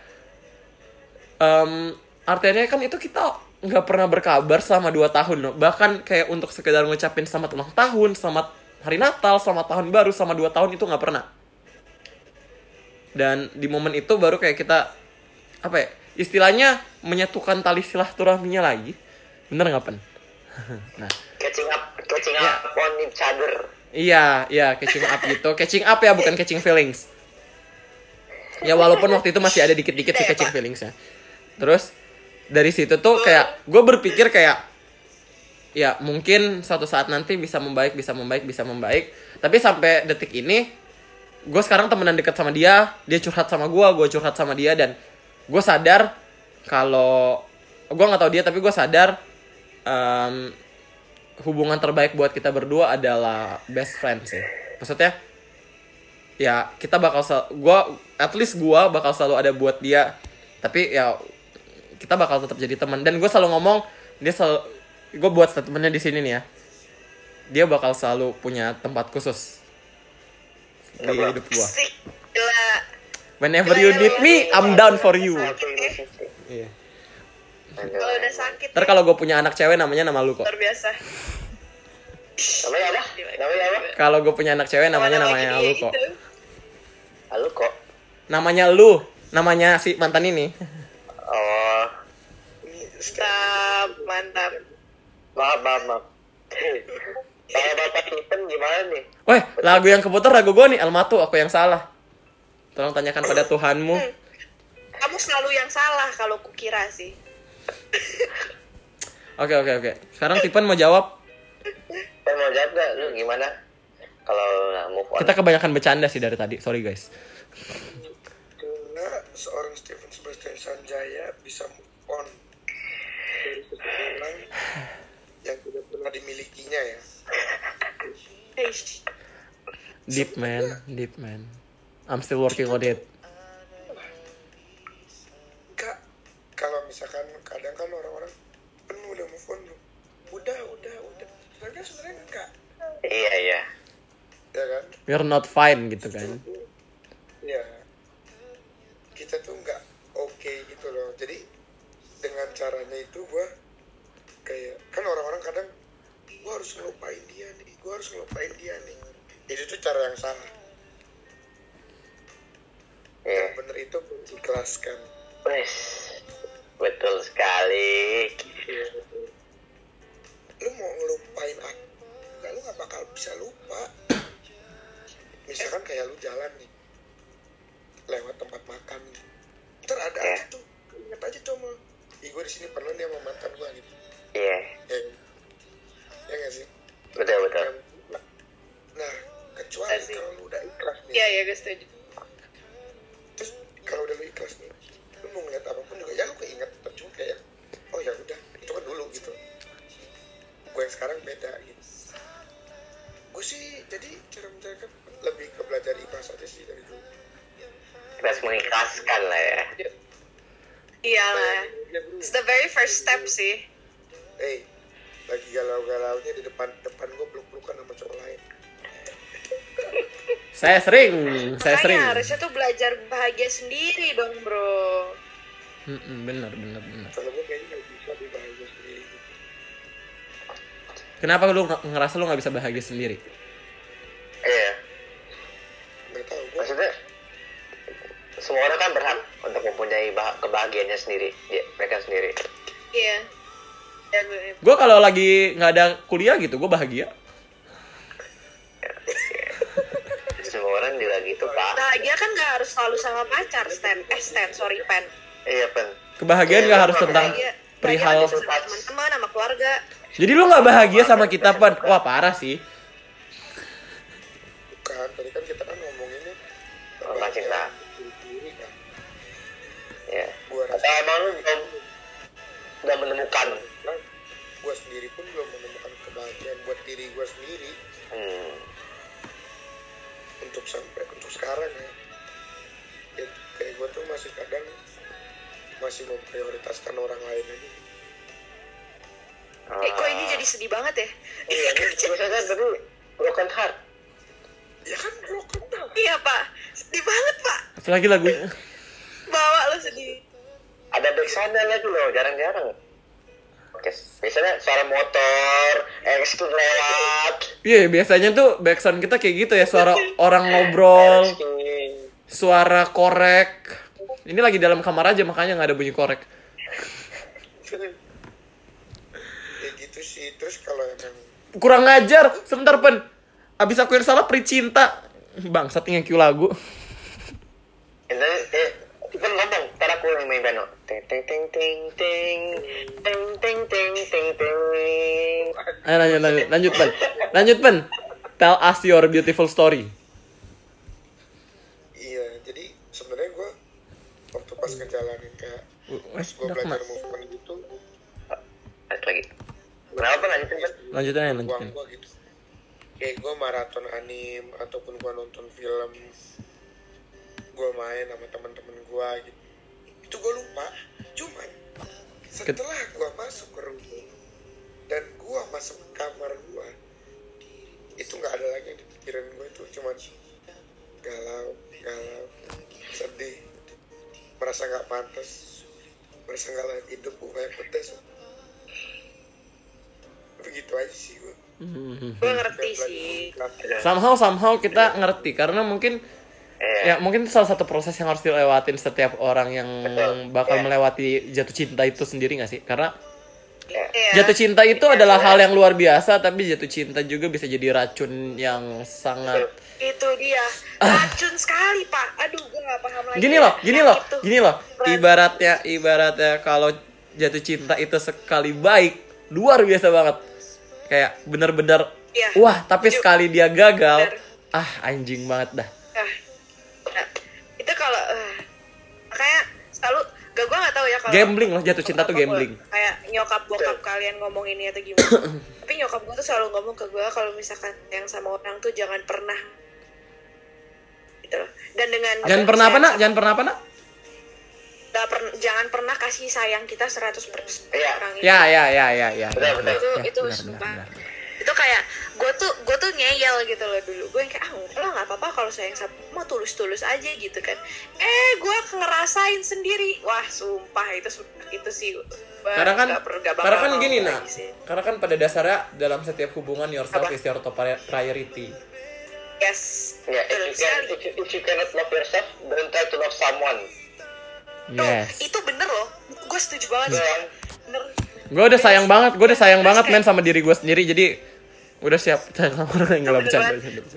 S1: Artinya kan itu kita nggak pernah berkabar selama 2 tahun loh. Bahkan kayak untuk sekedar ngucapin selamat ulang tahun, selamat hari Natal, selamat tahun baru selama 2 tahun itu nggak pernah. Dan di momen itu baru kayak kita apa ya? Istilahnya menyatukan tali silaturahminya lagi. Bener nggak, Pen? Nah,
S2: Catching up
S1: Ya.
S2: on each other.
S1: iya, catching up gitu. Catching up ya, bukan catching feelings. Ya walaupun waktu itu masih ada dikit-dikit sih catching feelingsnya. Terus dari situ tuh kayak gue berpikir kayak ya mungkin suatu saat nanti bisa membaik. Tapi sampai detik ini gue sekarang temenan dekat sama dia curhat sama gue curhat sama dia, dan gue sadar kalau gue nggak tahu dia, tapi gue sadar hubungan terbaik buat kita berdua adalah best friend sih. Maksudnya ya kita bakal gue bakal selalu ada buat dia, tapi ya kita bakal tetap jadi teman. Dan gue selalu ngomong, gue buat statementnya di sini nih ya, dia bakal selalu punya tempat khusus di hidup gue.
S3: Sik, gila.
S1: Whenever you need me, I'm down for you. Iya.
S3: Kalau udah sakit.
S1: Ntar kalau gue punya anak cewek namanya nama lu kok.
S3: Luar biasa.
S2: Namanya apa? Namanya apa?
S1: Kalau gue punya anak cewek namanya lu
S3: Gitu.
S1: kok.
S2: Halo kok.
S1: Namanya lu, namanya si mantan ini.
S2: Oh,
S3: Mantap.
S2: maaf. Bapak Tipen gimana nih?
S1: Weh, lagu yang keputar lagu gue nih, Almatu, aku yang salah. Tolong tanyakan pada Tuhanmu.
S3: Kamu selalu yang salah kalau kukira sih.
S1: Oke. Sekarang Tipen mau jawab.
S2: Saya mau jawab gak? Lu gimana? Kalau move on.
S1: Kita kebanyakan bercanda sih dari tadi, sorry guys.
S4: Karena seorang Stephen Sebastian Sanjaya bisa move on dari seseorang yang tidak pernah dimilikinya ya.
S3: Eish.
S1: Deep man. I'm still working on it.
S4: Kak, kalau misalkan kadang kan orang-orang penuh udah move on belum? Udah. Tapi sebenarnya enggak,
S2: Iya.
S4: ya kan?
S1: We're not fine gitu kan.
S4: Ya, kita tuh nggak oke gitu loh. Jadi dengan caranya itu gue kayak kan orang-orang kadang gue harus ngelupain dia nih. Itu tuh cara yang salah. Yang bener itu mengikhlaskan.
S2: Wes, betul sekali.
S4: Lu mau ngelupain aku, lu nggak bakal bisa lupa. Misalkan kayak lu jalan nih lewat tempat makan nih, ntar ada aja tuh, inget aja tuh sama gue di sini pernah nih sama mantan gue gitu.
S2: Iya,
S4: Ya nggak sih?
S2: betul.
S4: Nah, kecuali
S3: Asik.
S4: kalau lu udah ikhlas nih,
S3: Iya, gue setuju.
S4: terus kalau udah lu ikhlas nih, lu mau ngeliat apapun juga ya lu keinget, cuma kayak oh ya udah itu kan dulu gitu. Gue yang sekarang beda gitu. gue sih jadi cara menjaga lebih ke belajar ikhlas aja sih dari dulu.
S2: Harus mengikhlaskan lah ya.
S3: Iyalah.
S4: Ya, bro.
S3: It's the very first step sih.
S4: Lagi galau-galaunya di depan gue peluk-pelukan sama cowok lain.
S1: Saya sering.
S3: Makanya harusnya tuh belajar bahagia sendiri dong, bro.
S1: Bener.
S4: Kalau gue kayaknya nggak bisa lebih bahagia sendiri.
S1: Kenapa lu ngerasa lu nggak bisa bahagia sendiri?
S2: Iya.
S4: Nggak tahu gue.
S2: Maksudnya semua orang kan berhak untuk mempunyai kebahagiaannya sendiri, mereka sendiri.
S3: Iya. Ya,
S1: Gue kalau lagi nggak ada kuliah gitu, gue bahagia.
S2: Semua orang juga gitu, Pak.
S3: bahagia kan nggak harus selalu sama pacar, Pen.
S2: Iya, Pen.
S1: Kebahagiaan nggak harus tentang
S3: Bahagia
S1: perihal.
S3: bisa sama teman-teman, sama keluarga.
S1: Jadi lu nggak bahagia sama kita, Pan? Wah, parah sih.
S4: Bukan, tadi kan kita kan ngomonginnya
S2: Tentang cinta.
S4: diri kan.
S2: Iya.
S4: Gue
S2: Atau
S4: rasa
S2: emang lu belum menemukan?
S4: gue sendiri pun belum menemukan kebahagiaan buat diri gue sendiri untuk sekarang ya. Kayak gue tuh masih kadang masih memprioritaskan orang lain aja.
S3: Kok ini jadi sedih banget ya?
S2: Iya, biasanya tadi broken heart.
S4: Ya kan broken down.
S3: Iya, Pak. Sedih banget, Pak.
S1: Apalagi lagunya.
S3: Bawa lo sedih.
S2: Ada backsound lagi loh, jarang-jarang. Oke, biasanya suara motor, ekskul lewat.
S1: Iya, biasanya tuh backsound kita kayak gitu ya, suara orang ngobrol, suara korek. Ini lagi dalam kamar aja, makanya nggak ada bunyi korek.
S4: Ya gitu sih. Terus kalau emang
S1: Kurang ngajar, sebentar, Pen. Abis aku yang salah Pricinta. Bangsat ngekyu lagu.
S2: Kita ngomong, ntar aku yang main piano. Ting ting ting ting ting ting ting ting ting ting.
S1: Ayo lanjut, Pen. Tell us your beautiful story.
S4: iya, jadi sebenarnya gue waktu pas ngejalanin kayak pas gue
S1: udah
S4: belajar
S1: kena.
S4: move on gitu,
S2: Lagi. Kenapa lanjutin, Pen?
S1: Lanjutin.
S4: uang gue gitu. Kayak gue maraton anim ataupun gue nonton film, gue main sama teman-teman gue gitu. Itu gue lupa. Cuman setelah gue masuk ke rumah dan gue masuk ke kamar gue, itu nggak ada lagi yang dipikirin gue, itu cuman galau, sedih, merasa nggak pantas, merasa nggak layak hidup, gue pedes. Begitu aja sih gue.
S3: Gue ngerti sih.
S1: Somehow kita ngerti karena mungkin ya mungkin salah satu proses yang harus dilewatin setiap orang yang bakal melewati jatuh cinta itu sendiri nggak sih? Karena
S3: Iya.
S1: jatuh cinta itu adalah hal yang luar biasa, tapi jatuh cinta juga bisa jadi racun yang sangat.
S3: Itu dia. Racun sekali, Pak. Aduh, gue gak paham lagi.
S1: Gini loh. Ibaratnya kalau jatuh cinta itu sekali baik, luar biasa banget. Kayak bener-bener,
S3: Iya.
S1: wah, tapi sekali dia gagal,
S3: Bener.
S1: anjing banget dah.
S3: Nah, itu kalau kayak selalu gue gak tahu ya kalau
S1: Gambling loh, jatuh cinta tuh gambling.
S3: Kayak nyokap bokap kalian ngomong ini atau gimana. Tapi nyokap gue tuh selalu ngomong ke gue kalau misalkan yang sama orang tuh jangan pernah gitu loh. Dan dengan
S1: Jangan pernah apa, Nak?
S3: Jangan pernah kasih sayang kita 100% orang itu.
S1: Ya.
S2: Betul.
S3: Itu sumpah. Itu kayak gue tuh ngeyel gitu loh dulu. Gue yang kayak lo nggak apa-apa kalau sayang sama tulus aja gitu kan. Gue ngerasain sendiri. Wah sumpah itu sih.
S1: Karena kan gini,
S3: nah.
S1: Nak. Karena kan pada dasarnya dalam setiap hubungan yourself is your top priority.
S3: Yes.
S2: Ya,
S3: Betul sekali.
S2: if you cannot love yourself, don't try to love someone.
S1: Yes.
S3: Itu bener loh. Gue setuju banget. Bener.
S1: Gue udah sayang banget men sama diri gue sendiri, jadi udah siap sayang sama orang yang nggak bercanda.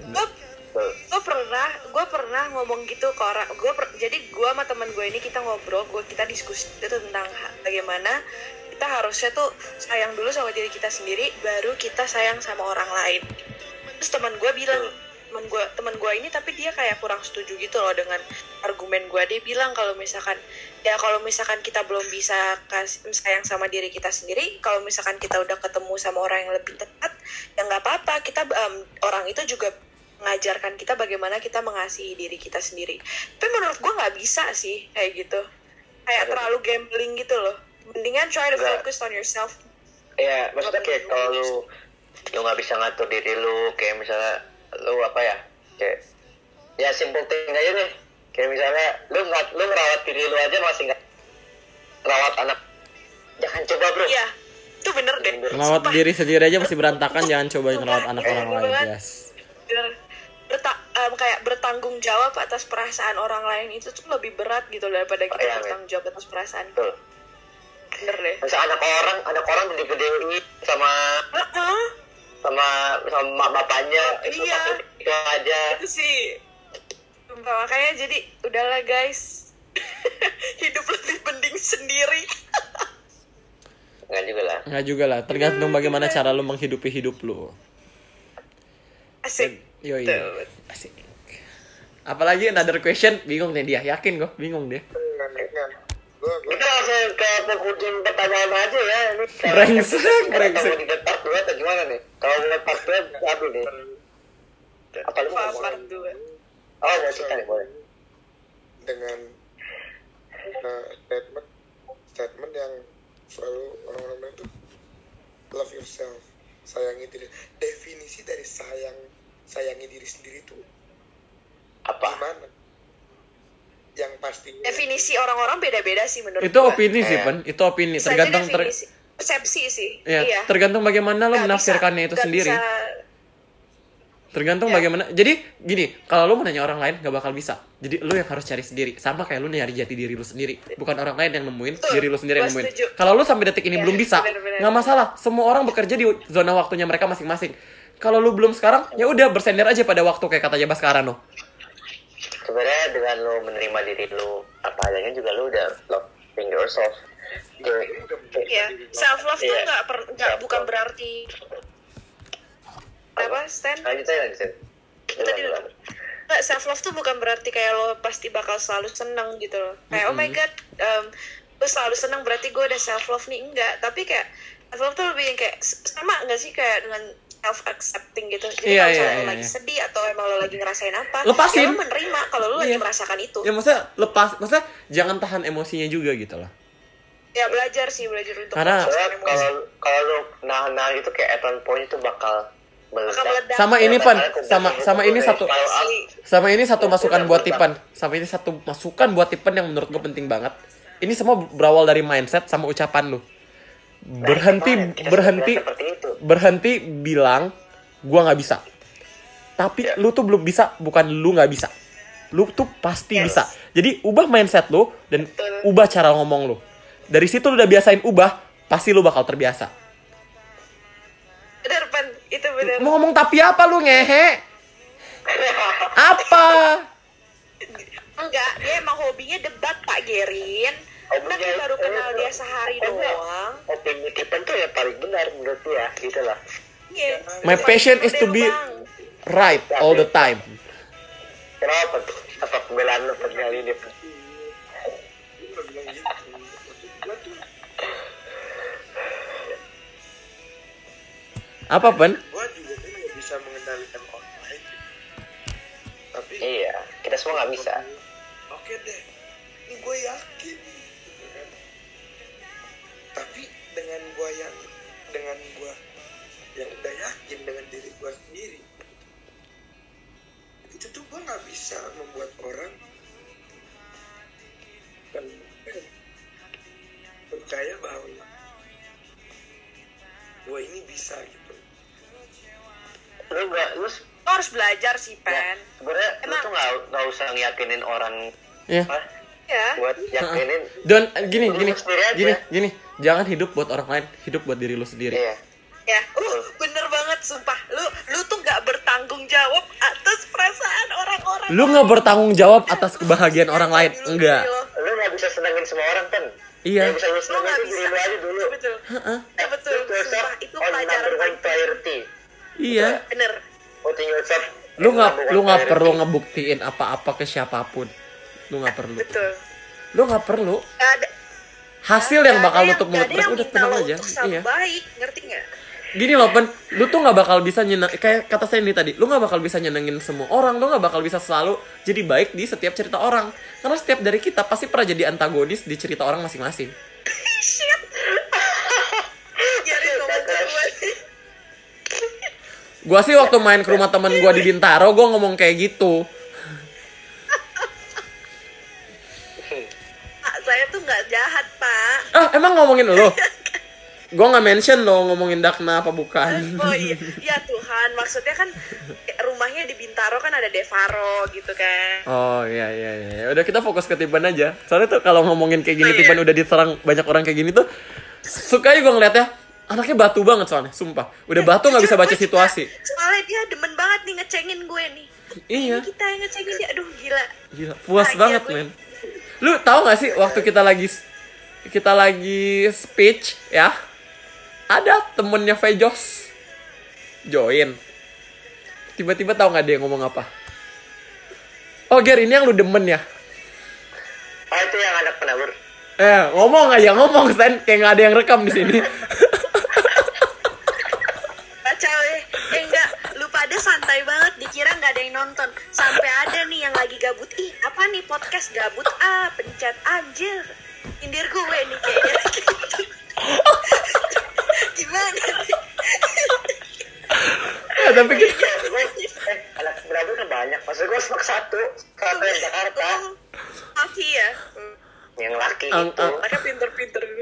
S3: Gue pernah ngomong gitu ke orang. Jadi gue sama teman gue ini kita ngobrol, kita diskusi itu tentang bagaimana kita harusnya tuh sayang dulu sama diri kita sendiri, baru kita sayang sama orang lain. Terus teman gue bilang, teman gue ini tapi dia kayak kurang setuju gitu loh dengan argumen gue. Dia bilang kalau misalkan kita belum bisa sayang sama diri kita sendiri, kalau misalkan kita udah ketemu sama orang yang lebih tepat, yang nggak apa-apa, kita orang itu juga mengajarkan kita bagaimana kita mengasihi diri kita sendiri. Tapi menurut gue nggak bisa sih kayak gitu, kayak terlalu gambling gitu loh. Mendingan try to focus on yourself.
S2: Ya maksudnya kayak kalau lu nggak bisa ngatur diri lu, kayak misalnya lu apa ya, kayak ya simple thing aja deh, kayak misalnya lu ngerawat diri lu aja masih nggak rawat anak, jangan coba bro.
S3: Iya, itu bener deh.
S1: Ngerawat diri sendiri aja masih berantakan, jangan coba ngerawat anak
S3: Iya,
S1: orang lain. Yes.
S3: Kayak bertanggung jawab atas perasaan orang lain itu tuh lebih berat gitu daripada kita
S2: Iya,
S3: bertanggung jawab atas perasaan.
S2: Betul.
S3: Bener deh.
S2: Masa anak orang gede-gedein sama mak bapaknya,
S3: Iya.
S2: itu aja.
S3: Itu sih. Sumpah, makanya jadi udahlah guys. Hidup lebih mending sendiri.
S2: Enggak
S1: Nggak juga lah, tergantung bagaimana cara lu menghidupi hidup lu.
S3: Asik.
S1: Yoi. Asik. Apalagi another question, bingung nih dia, yakin gue, bingung dia.
S2: Kita langsung ke penghujung pertanyaan aja ya. Ini
S1: Brengsek.
S2: Kalau di part 2 atau gimana nih? Kalau di part 2 habis nih. Apa lu mau
S3: Part 2.
S2: Oh, mau cerita nih, boleh.
S4: Dengan statement yang selalu orang-orang bilang tuh love yourself, sayangi diri. Definisi dari sayangi diri sendiri tuh
S2: Apa?
S4: gimana? Yang pasti
S3: Definisi orang-orang beda-beda sih menurut
S1: Itu
S3: gua.
S1: opini sih, Pan. Itu opini,
S3: Bisa aja
S1: tergantung
S3: definisi. Persepsi sih.
S1: ya,
S3: Iya.
S1: tergantung bagaimana lu
S3: Nggak
S1: menafsirkannya
S3: bisa-
S1: itu
S3: nggak
S1: sendiri.
S3: bisa-
S1: Tergantung
S3: Ya.
S1: bagaimana. Jadi gini, kalau lu mau nanya orang lain gak bakal bisa. Jadi lu yang harus cari sendiri. Sama kayak lu nyari jati diri lu sendiri. Bukan orang lain yang nemuin,
S3: Betul.
S1: diri lu sendiri yang
S3: Gua
S1: nemuin.
S3: setuju.
S1: Kalau lu sampai detik ini
S3: Ya,
S1: belum bisa,
S3: bener-bener.
S1: nggak masalah. Semua orang bekerja di zona waktunya mereka masing-masing. Kalau lu belum sekarang, ya udah bersender aja pada waktu kayak kata Jabas sekarang loh.
S2: Sebenarnya dengan lo menerima diri lo apa adanya juga lo udah loving yourself.
S3: Iya, self love tuh
S2: Iya.
S3: bukan berarti apa Stan?
S2: Lanjut aja.
S3: Tadi dulu. Nggak, self love tuh bukan berarti kayak lo pasti bakal selalu seneng gitu loh. Kayak oh my god, gue selalu seneng berarti gue udah self love nih, enggak. Tapi kayak self love tuh lebih yang kayak sama nggak sih kayak dengan self accepting gitu. Jadi
S1: Iya,
S3: kalau
S1: iya,
S3: misalnya lo
S1: iya,
S3: lagi
S1: iya.
S3: sedih atau emang lo lagi ngerasain apa,
S1: Lepasin.
S3: ya lo menerima kalau lo lagi
S1: Iya.
S3: merasakan itu.
S1: Ya maksudnya jangan tahan emosinya juga gitu loh.
S3: Ya belajar untuk
S1: Karena-
S3: merasakan
S2: Soalnya
S3: emosi.
S2: kalau lo nahan itu kayak at one point itu bakal
S3: Bakal
S2: meledak.
S3: meledak.
S1: Sama ini Pan, sama ini satu
S3: Asli.
S1: sama ini satu masukan buat Tipan. Sama ini satu masukan buat Tipan yang menurut gue penting banget. Ini semua berawal dari mindset sama ucapan lu. Berhenti bilang gua nggak bisa. Tapi lu tuh belum bisa, bukan lu nggak bisa. Lu tuh pasti bisa. Jadi ubah mindset lu dan
S3: Betul.
S1: ubah cara ngomong lu. Dari situ lu udah biasain ubah, pasti lu bakal terbiasa.
S3: Bener Pan, itu bener.
S1: Mau ngomong tapi apa lu ngehe? Apa?
S3: Enggak, dia emang hobinya debat Pak Gerin.
S2: Hobinya
S3: Tapi baru
S2: itu-
S3: kenal dia sehari doang.
S2: Opini Tipen tuh yang paling benar menurut dia gitu lah.
S3: Iya.
S1: My passion is to be right all the time.
S2: Kenapa tuh? Apa pembelaan lo kali ini?
S4: Gue bilang gitu. Maksud gue tuh
S1: Apa, Pan?
S4: gue juga kan nggak bisa mengendalikan orang lain, tapi
S2: Iya, kita semua nggak bisa.
S4: oke deh, ini gue yakin gitu kan. Tapi dengan gue yang udah yakin dengan diri gue sendiri, itu tuh gue nggak bisa membuat orang percaya bahwa gue ini bisa gitu.
S2: Lu
S3: Lo harus belajar sih, Pen.
S2: sebenarnya lu
S3: Emang-
S2: tuh nggak usah ngiyakinin orang
S1: Ya.
S2: apa
S3: Ya.
S2: buat yakinin.
S1: Dan gini,
S2: Lu sendiri aja.
S1: gini. Jangan hidup buat orang lain, hidup buat diri lu sendiri.
S2: Iya.
S3: Ya, bener banget sumpah. Lu tuh nggak bertanggung jawab atas perasaan orang-orang.
S1: Lu nggak bertanggung jawab atas kebahagiaan orang lain, enggak.
S2: Lu nggak bisa senengin semua orang kan?
S1: Iya.
S2: Yang bisa lu
S3: Lu
S2: senengin
S3: nggak
S2: itu
S3: bisa.
S2: diri lu aja dulu.
S3: Betul. Ya, betul.
S2: Put yourself
S3: Sumpah itu
S2: on
S3: pelajaran
S2: number one
S3: paling
S2: priority.
S1: Iya.
S3: bener.
S2: Putting yourself
S1: Lu
S2: on
S1: nggak
S2: number
S1: lu
S2: one
S1: nggak
S2: priority.
S1: perlu ngebuktiin apa-apa ke siapapun. Lu nggak perlu.
S3: Betul.
S1: Lu nggak perlu.
S3: Gak ada.
S1: Hasil yang
S3: nggak
S1: bakal
S3: ada
S1: lu untuk
S3: nggak ada
S1: mulut
S3: yang
S1: udah
S3: minta
S1: tenang
S3: lo
S1: aja.
S3: untuk sama
S1: Iya.
S3: baik, ngerti nggak?
S1: Gini loh Pen, lu tuh nggak bakal bisa kayak kata Sandy tadi, lu nggak bakal bisa nyenengin semua orang, lu nggak bakal bisa selalu jadi baik di setiap cerita orang, karena setiap dari kita pasti pernah jadi antagonis di cerita orang masing-masing.
S3: Shit. Jadi komentar gue nih.
S1: Gua sih waktu main ke rumah temen gua di Bintaro, gua ngomong kayak gitu.
S3: Pak, saya tuh nggak jahat, Pak.
S1: Emang ngomongin lo? Gue nggak mention lo ngomongin Dakna apa bukan?
S3: Oh iya, ya Tuhan, maksudnya kan rumahnya di Bintaro kan ada Devaro gitu kan.
S1: Oh iya. Udah kita fokus ke Tiban aja. Soalnya tuh kalau ngomongin kayak gini Tiban udah diserang banyak orang kayak gini tuh, suka gue ngeliatnya anaknya batu banget soalnya, sumpah. Udah batu nggak bisa baca situasi.
S3: Soalnya dia demen banget nih ngecengin gue nih.
S1: Iya.
S3: Ini kita yang ngecengin dia, aduh gila.
S1: Puas banget men. Lu tahu nggak sih waktu kita lagi speech ya? Ada temennya Fejos join. Tiba-tiba tahu nggak dia ngomong apa? Oh Ger, ini yang lu demen ya?
S2: Oh itu yang anak penabur.
S1: Ngomong Stan, kayak nggak ada yang rekam di sini.
S3: Kacau enggak, lu pada santai banget, dikira nggak ada yang nonton. Sampai ada nih yang lagi gabut, apa nih podcast gabut, pencet anjir. Indir gue nih kayaknya gitu. Gimana nih?
S1: Tapi kita
S2: Anak penabur kan banyak. Maksud gue cuma satu yang Jakarta.
S3: Laki ya?
S2: Yang laki itu.
S3: Mereka pinter-pinter gitu.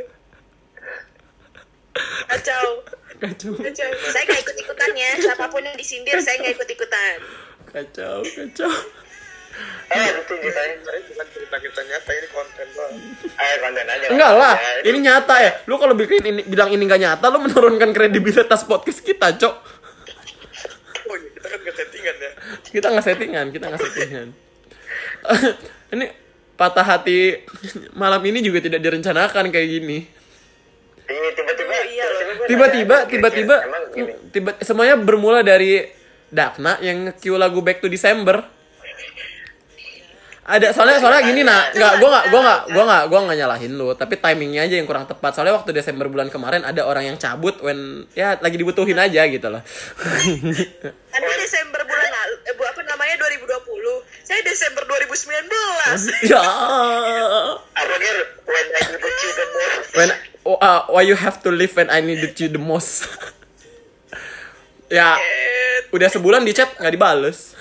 S3: Kacau. Saya nggak ikut-ikutan ya. Siapapun yang disindir, saya nggak ikut-ikutan.
S1: Kacau.
S2: Itu ceritanya.
S4: Bukan cerita kita nyata, ini konten banget.
S2: Konten aja.
S1: Enggak lah, ini nyata ya. Lu kalau bilang ini nggak nyata, lu menurunkan kredibilitas podcast kita, Cok.
S4: Oh iya, kita kan nggak settingan ya.
S1: Kita nggak settingan. Ini patah hati malam ini juga tidak direncanakan kayak gini. Tiba-tiba semuanya bermula dari Dakna yang nge-cue lagu Back to December. Ada soalnya gini gua nggak nyalahin lu, tapi timingnya aja yang kurang tepat. Soalnya waktu Desember bulan kemarin ada orang yang cabut lagi dibutuhin aja gitu loh.
S3: Anda Desember bulan lalu, 2020. Saya Desember 2019.
S1: Ya.
S2: Apa Ger? When I needed you the most.
S1: Why you have to live when I needed you the most? Ya, udah sebulan di chat nggak dibales.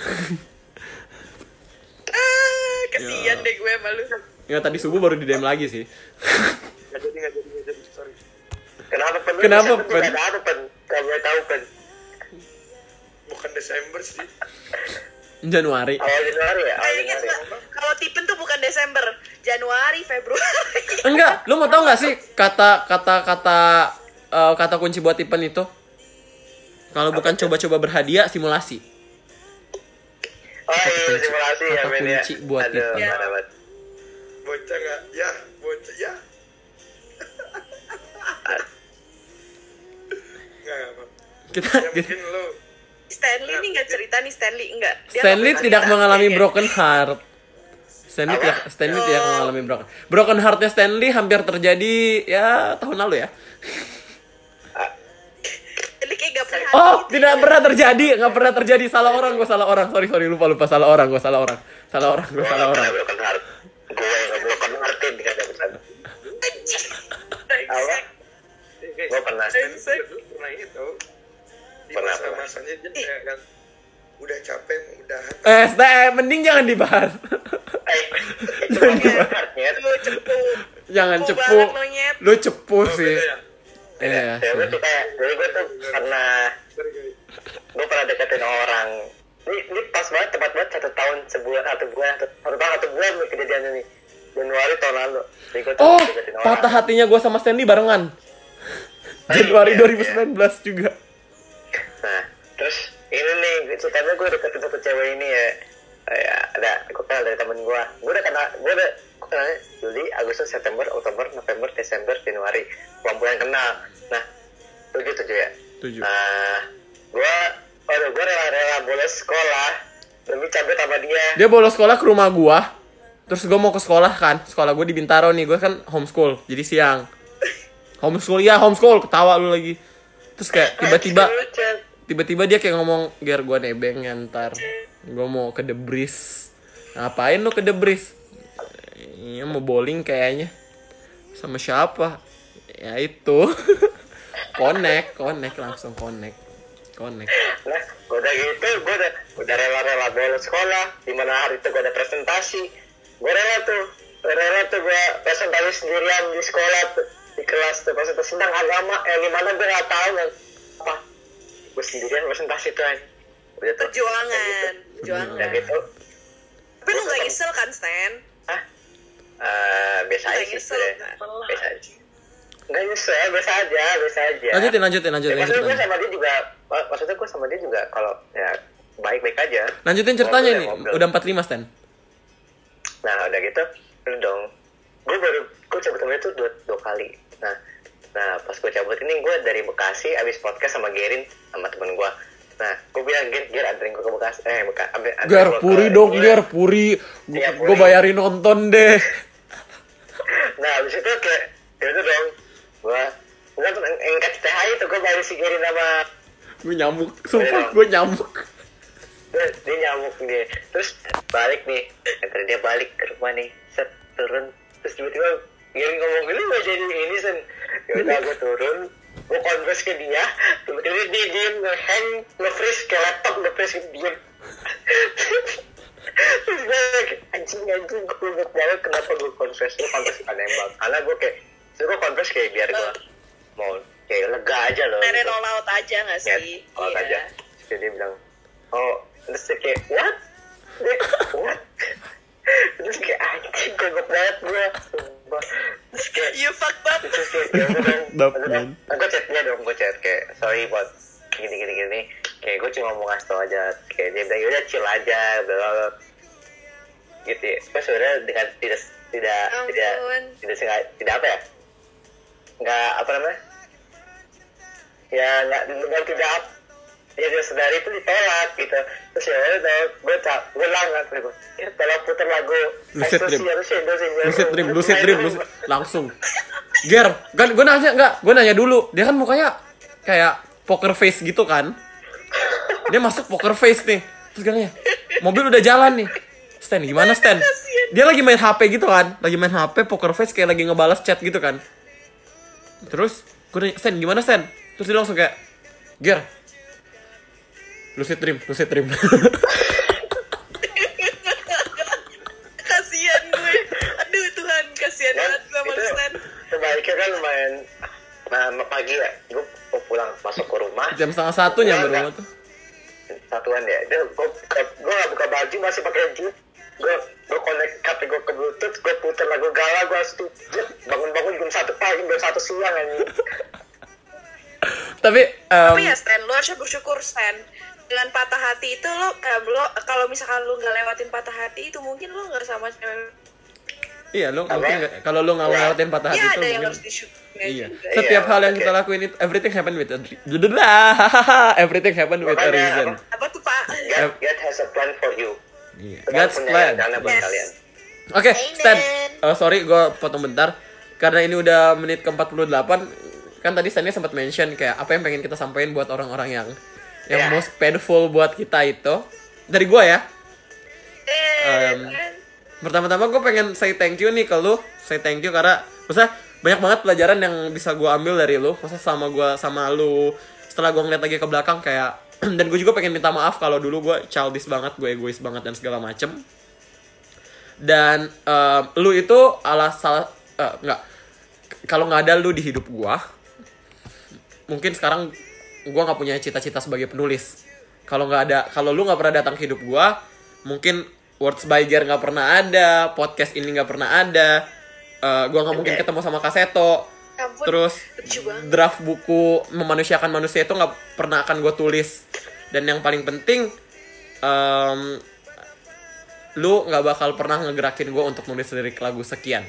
S3: Kesian deh gue malu.
S1: Ya tadi subuh baru di DM lagi sih.
S4: Nggak jadi, sorry.
S2: Kenapa Pen? Gak boleh tahu Pen.
S4: Bukan Desember sih.
S1: Januari.
S2: Awal Januari ya?
S3: Kalau Tipen tuh bukan Desember, Januari, Februari.
S1: Enggak, lu mau tahu nggak sih kata kunci buat Tipen itu? Kalau bukan coba-coba berhadiah, simulasi.
S2: Oh iya, simulasi ya men ya.
S1: Kunci buat Tipen.
S4: Bocah nggak? Ya, bocah ya. Nggak apa. Ya mungkin lu.
S3: Stanley nih nggak cerita nih, Stanley enggak.
S1: Stanley tidak mengalami broken heart. Stanley tidak mengalami broken heartnya Stanley hampir terjadi ya tahun lalu ya.
S3: Stanley kayak gak pernah.
S1: Tidak pernah terjadi. Salah orang. Sorry, lupa salah orang. Gue salah orang.
S2: Broken heart. Gue yang broken hearted dengan dapetan. Apa? Gue pernah
S4: itu. Di masa-masanya dia kayak kan udah capek mau udahan.
S1: Mending jangan dibahas.
S2: Itu broken heartnya.
S1: Jangan cepu. Lu cepu sih.
S2: Iya. Gue tuh kayak, gue tuh pernah deketin orang. Ini pas banget, tepat banget 1 tahun, satu bulan nih kejadiannya nih. Januari tahun lalu.
S1: Patah hatinya gue sama Stanley barengan. Januari 2019 juga.
S2: Nah, terus ini nih, ceritanya gue deketin satu cewek ini ya. Gue kenal dari temen gue. Gue kenalnya Juli, Agustus, September, Oktober, November, Desember, Januari. Bulan kenal. Nah, 7 ya? 7. Nah, gue rela bolos sekolah demi cabut sama dia.
S1: Dia bolos sekolah ke rumah gue. Terus gue mau ke sekolah kan. Sekolah gue di Bintaro nih. Gue kan homeschool, jadi siang. Homeschool, ketawa lu lagi. Terus kayak tiba-tiba dia kayak ngomong, "Ger, gue nebeng ya ntar, gue mau ke The Breeze." "Ngapain lu ke The Breeze?" "Iya mau bowling kayaknya." "Sama siapa?" "Ya itu." Connect langsung connect.
S2: Nah, gue udah gitu, gue udah rela-rela bolos sekolah. Dimana hari itu gue ada presentasi, gue rela tuh gue presentasi sendirian di sekolah tuh, di kelas tuh, presentasi tentang agama. Dimana gue nggak tahu apa, gue sendirian presentasi tuh aja. Udah tuh.
S3: Perjuangan.
S2: Udah gitu.
S3: Tapi lu nggak nyesel kan, Stan?
S2: Hah? Biasa aja sih. Biasa aja. Nggak nyesel, biasa aja.
S1: Lanjutin.
S2: Maksudnya gue sama dia juga kalau ya baik-baik aja.
S1: Lanjutin ceritanya nih. Udah 45 Stan.
S2: Nah udah gitu, udah dong. Gue cabut sama dia tuh dua kali. Nah pas gue cabut ini, gue dari Bekasi abis podcast sama Gerin sama temen gue. Nah gue bilang, Ger anterin gue ke Bekasi.
S1: Ger, Puri dong, Ger, Puri. Gue bayarin nonton deh.
S2: Nah abis itu kayak gitu dong. Gue nonton NKCTHI tuh, gue bayarin si Gerin sama.
S1: Gue nyamuk, sumpah gue nyamuk.
S2: Dia nyamuk dia. Terus balik nih, akhirnya dia balik ke rumah nih, set turun. Terus tiba-tiba Gerin ngomong, "Lu gak jadi ini Sen." Yaudah gue turun, gue converse ke dia. Tiba-tiba dia diem, nge-hang, nge-freeze ke laptop, nge-freeze diem. Terus gue kayak anjing gue inget banget kenapa gue converse. Lu converse kan nembak, karena gue kayak gue converse kayak biar gue mau kayak lega aja loh
S3: Naren
S2: gitu.
S3: all out aja gak sih?
S2: All out aja. Terus dia bilang, "Oh," terus dia kayak what? Terus kayak anjing gogok banget gue. Terus kayak
S3: You fucked up.
S2: terus kayak gue chat kayak sorry buat gini kayak gue cuma mau ngasih tau aja. Kayak dia bilang yaudah chill aja blablabla gitu ya. Terus sebenarnya dengan tidak apa ya, nggak apa namanya ya, nggak dengan tidak ya dia sadari itu ditolak gitu. Terus ya udah gue ulang kan, ya tolong putar lagu
S1: Lucid Dream langsung. Ger, kan gue nanya dulu. Dia kan mukanya kayak poker face gitu kan. Dia masuk poker face nih. Terus gue nanya, mobil udah jalan nih. Stan, gimana Stan? Dia lagi main HP gitu kan. Lagi main HP poker face kayak lagi ngebalas chat gitu kan. Terus gue nanya, "Stan, gimana Stan?" Terus dia langsung kayak, "Ger, Lucid Dream."
S3: Kasian gue. Aduh Tuhan, kasian banget gue sama Stan.
S2: Sebaiknya kan lumayan pagi ya, gue pulang masuk ke rumah
S1: Jam 12:30 nyampe rumah tuh.
S2: satuan ya. Gue gak buka baju, masih pakai jeans. Gue connect HP gue ke Bluetooth, gue putar lagu Gala, gue harus bangun-bangun jam 1 pagi, jam 1 siang aja.
S1: Tapi
S3: ya Stan, lo harusnya bersyukur Stan. Dengan patah hati itu lo kalau misalkan lo nggak lewatin patah hati itu, mungkin lo nggak sama cewek.
S1: iya lo mungkin kalau lo nggak ngelewatin patah hati
S3: Iya,
S1: itu
S3: ada yang
S1: mungkin
S3: harus disyukuri
S1: iya.
S3: juga.
S1: Setiap
S2: Iya,
S1: hal yang
S2: oke.
S1: kita lakuin itu everything happen with a everything happen with a
S2: Makanya,
S1: reason.
S3: Apa tuh Pak?
S2: God has a plan for you.
S1: Iya.
S2: Tuhan
S1: God's
S2: punya
S1: plan.
S2: rencana buat
S3: Yes.
S2: kalian.
S1: Oke,
S3: Amen.
S1: Stan. Sorry, gue potong bentar. Karena ini udah menit ke-48. Kan tadi Stannya sempat mention kayak apa yang pengen kita sampaikan buat orang-orang yang
S2: Ya.
S1: most painful buat kita itu. Dari gue ya. Pertama-tama gue pengen say thank you nih ke lu. Say thank you karena maksudnya banyak banget pelajaran yang bisa gue ambil dari lu. Maksudnya sama lu. Setelah gue ngeliat lagi ke belakang kayak dan gue juga pengen minta maaf kalau dulu gue childish banget, gue egois banget dan segala macem. Dan lu itu kalau nggak ada lu di hidup gue, mungkin sekarang gue nggak punya cita-cita sebagai penulis. Kalau lu nggak pernah datang ke hidup gue, mungkin Words by Ger nggak pernah ada, podcast ini nggak pernah ada, gue nggak mungkin ketemu sama Kaseto.
S3: Ampun,
S1: Terus
S3: lucu banget.
S1: draft buku Memanusiakan Manusia itu nggak pernah akan gue tulis. Dan yang paling penting, lu nggak bakal pernah ngegerakin gue untuk nulis lirik lagu sekian.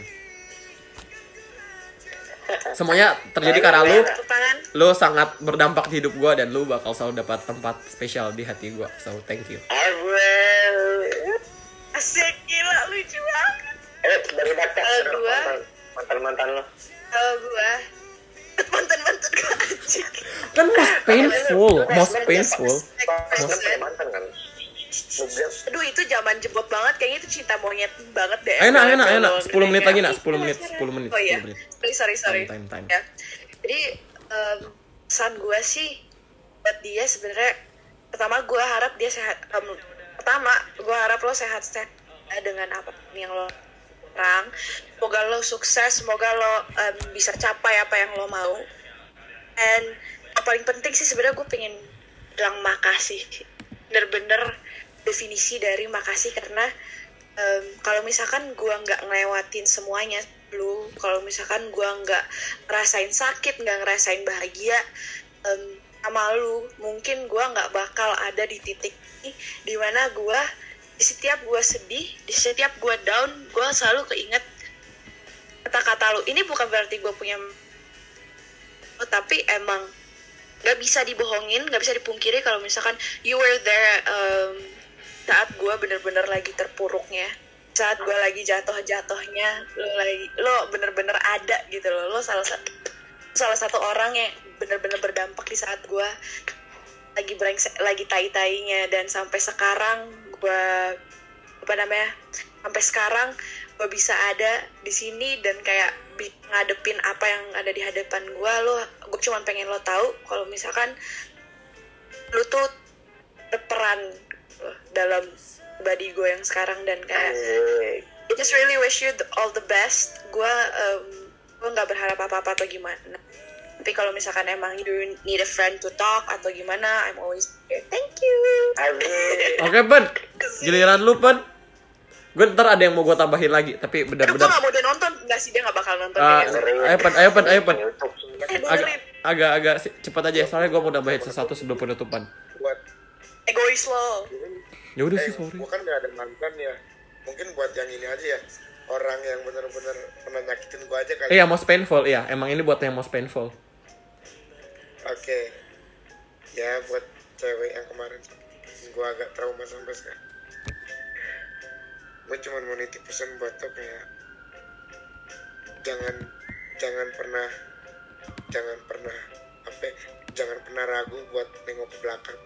S1: Semuanya terjadi karena
S3: Tepuk tangan.
S1: lu sangat berdampak di hidup gue dan lu bakal selalu dapat tempat spesial di hati gue. So thank you.
S2: I will.
S3: Asik, gila, lucu banget.
S2: Dari data
S3: Gua.
S2: mantan lo.
S3: Kalau gue mantan gue
S1: Kan most painful.
S2: Pas kan punya mantan kan. Lu bilang,
S3: Aduh itu zaman jebot banget, kayaknya itu cinta monyet banget deh.
S1: Enak. 10 menit lagi nak, 10
S3: Iya,
S1: menit,
S3: siaran.
S1: 10 menit,
S3: Oh iya,
S1: 10 menit.
S3: sorry.
S1: Time.
S3: Ya. Jadi pesan gue sih buat dia sebenarnya, pertama gue harap dia sehat. Pertama gue harap lo sehat dengan apa yang lo orang. Semoga lo sukses, semoga lo bisa capai apa yang lo mau. And yang paling penting sih sebenarnya gue pengen bilang makasih, bener-bener definisi dari makasih, karena kalau misalkan gue nggak ngelewatin semuanya lu, kalau misalkan gue nggak ngerasain sakit, nggak ngerasain bahagia sama lu, mungkin gue nggak bakal ada di titik ini dimana gue di setiap gue sedih, di setiap gue down, gue selalu keinget kata-kata lu. Ini bukan berarti gue punya, tapi emang nggak bisa dibohongin, nggak bisa dipungkiri kalau misalkan you were there saat gue bener-bener lagi terpuruknya, saat gue lagi jatuh-jatuhnya, lo bener-bener ada gitu loh. Lo salah satu orang yang bener-bener berdampak di saat gue lagi tai-tainya. Dan sampai sekarang gue sampai sekarang gue bisa ada di sini dan kayak ngadepin apa yang ada di hadapan gue cuma pengen lo tahu kalau misalkan lo tuh berperan dalam body gue yang sekarang. Dan kayak I just really wish you all the best. Gue nggak berharap apa-apa atau gimana, tapi kalau misalkan emang you need a friend to talk atau gimana, I'm always here. Thank you.
S1: Oke, Pen. Giliran lu, Pen. Gue ntar ada yang mau gue tambahin lagi, tapi
S3: Aduh, gue
S1: benar-benar
S3: gak mau dia nonton. Enggak sih, dia gak bakal nonton kayaknya.
S1: ayo Pen.
S3: Dengerin.
S1: Agak cepat aja, soalnya gue mau nambahin sesuatu sebelum penutupan.
S4: Buat
S3: Egois lo.
S1: Ya udah sih, sorry.
S4: gue kan gak ada mantan ya. Mungkin buat yang ini aja ya. Orang yang benar-benar pernah nyakitin gue aja kali.
S1: Iya, most painful. Iya, emang ini buat yang most painful.
S4: Oke. Ya buat cewek yang kemarin gue agak trauma sampai sekarang. Gue cuma mau nitip pesan buat lo kayak jangan pernah ragu buat nengok ke belakang.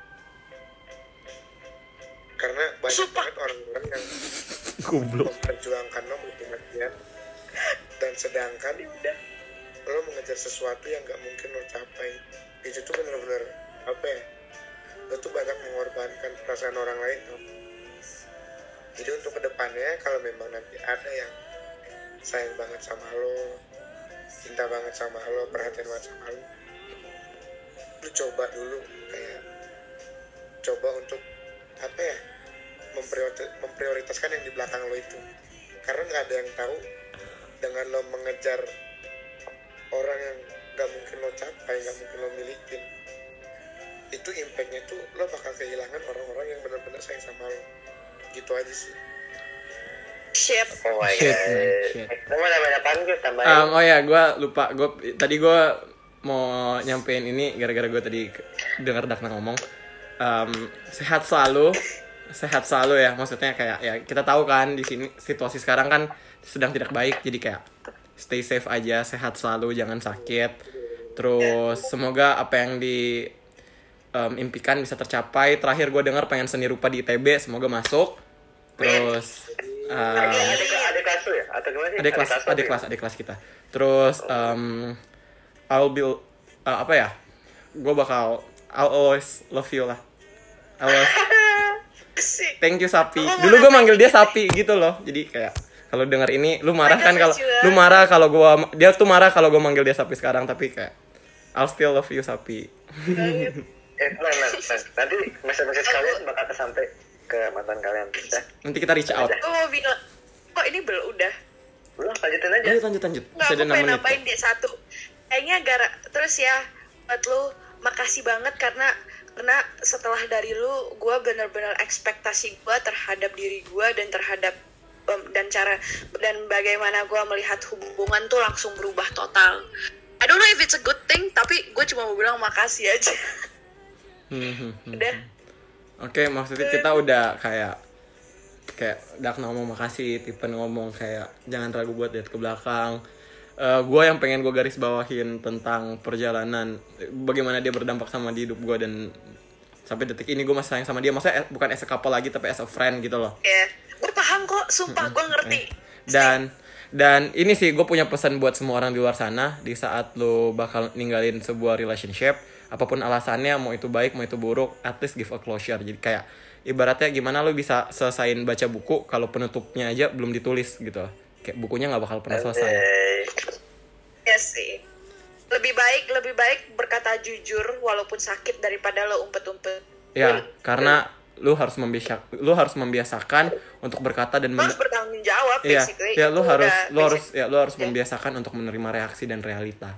S4: Karena banyak banget orang-orang yang memperjuangkan lo mati-matian, dan sedangkan lo mengejar sesuatu yang gak mungkin lo capai. Itu tuh bener-bener lo tuh banyak mengorbankan perasaan orang lain tuh. Jadi untuk kedepannya kalau memang nanti ada yang sayang banget sama lo, cinta banget sama lo, perhatian banget sama lo coba dulu kayak coba untuk memprioritaskan yang di belakang lo itu, karena nggak ada yang tahu dengan lo mengejar orang yang nggak mungkin lo capai, nggak mungkin lo milikin, itu impactnya tuh lo bakal kehilangan orang-orang yang benar-benar sayang sama lo. Gitu aja sih.
S3: Shit.
S2: Oh my
S1: Shit,
S2: god.
S1: man, shit.
S2: Lu mau namanya apaan gitu tambahin?
S1: Oh ya, gue lupa. Tadi gue mau nyampein ini gara-gara gue tadi dengar Dakna ngomong. Sehat selalu ya. Maksudnya kayak ya kita tahu kan di sini situasi sekarang kan sedang tidak baik. Jadi kayak stay safe aja, sehat selalu, jangan sakit. Terus semoga apa yang impikan bisa tercapai. Terakhir gue dengar pengen seni rupa di ITB, semoga masuk. Terus
S2: Ada kelas lu ya? Atau gimana sih?
S1: ada kelas kita. Terus I'll always love you lah. Thank you Sapi. Dulu gue manggil dia Sapi gitu loh. Jadi kayak kalau dengar ini lu marah kan kalau lu marah kalau dia tuh marah kalau gue manggil dia Sapi sekarang, tapi kayak I'll still love you Sapi.
S2: Nanti message kalian bakal sampai ke mantan kalian ya.
S1: Nanti kita reach out.
S3: Gue mau bilang, kok ini udah?
S2: Belum, lanjutin aja.
S1: Lanjut.
S3: Nggak,
S1: Masih ada
S3: aku
S1: 6
S3: pengen
S1: menit.
S3: nambahin dia satu. Kayaknya terus ya buat lu, makasih banget karena setelah dari lu, gue bener-bener ekspektasi gue terhadap diri gue dan terhadap dan bagaimana gue melihat hubungan tuh langsung berubah total. I don't know if it's a good thing, tapi gue cuma mau bilang makasih aja. Udah.
S1: Oke, maksudnya kita udah kayak Dakna ngomong makasih, Tipen ngomong kayak jangan ragu buat lihat ke belakang. gue yang pengen gue garis bawahin tentang perjalanan bagaimana dia berdampak sama di hidup gue, dan sampai detik ini gue masih sayang sama dia. Maksudnya bukan as a couple lagi tapi as a friend gitu loh.
S3: Ya, gue paham kok, sumpah gue ngerti.
S1: Dan ini sih gue punya pesan buat semua orang di luar sana. Di saat lo bakal ninggalin sebuah relationship, apapun alasannya, mau itu baik mau itu buruk, at least give a closure. Jadi kayak ibaratnya gimana lo bisa selesain baca buku kalau penutupnya aja belum ditulis gitu. Kayak bukunya nggak bakal pernah selesai.
S3: Ya sih. Lebih baik berkata jujur walaupun sakit daripada lo umpet-umpet.
S1: Ya, karena lu harus membiasakan untuk berkata dan
S3: Lo harus bertanggung jawab
S1: Iya,
S3: basically.
S1: ya lu
S3: Udah,
S1: harus membiasakan untuk menerima reaksi dan realita.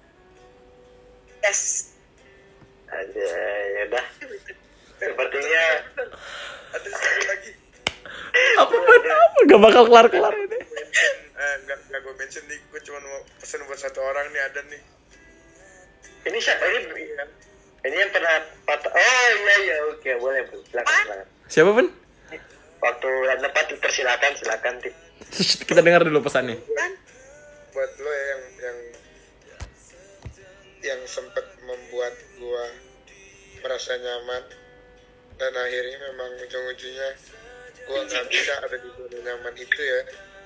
S3: Yes.
S2: Ada, ya udah. Sepertinya
S4: Ada satu lagi.
S1: Apa gak bakal kelar ini.
S4: Nggak gue mention nih, gue cuma mau pesen buat satu orang nih, ada nih.
S2: ini siapa ini yang pernah patah. Oh iya oke boleh silakan.
S1: Siapa pun?
S2: Waktu dapat silakan Tip.
S1: Kita dengar dulu pesannya.
S4: Buat lo ya yang sempat membuat gua merasa nyaman, dan akhirnya memang ujung-ujungnya gua nggak bisa ada di zona nyaman itu ya.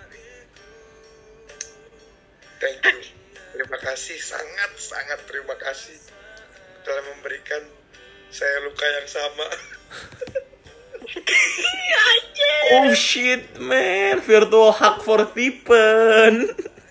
S4: Thank you, terima kasih, sangat terima kasih telah memberikan saya luka yang sama.
S1: Oh shit man, virtual hug for Tipen.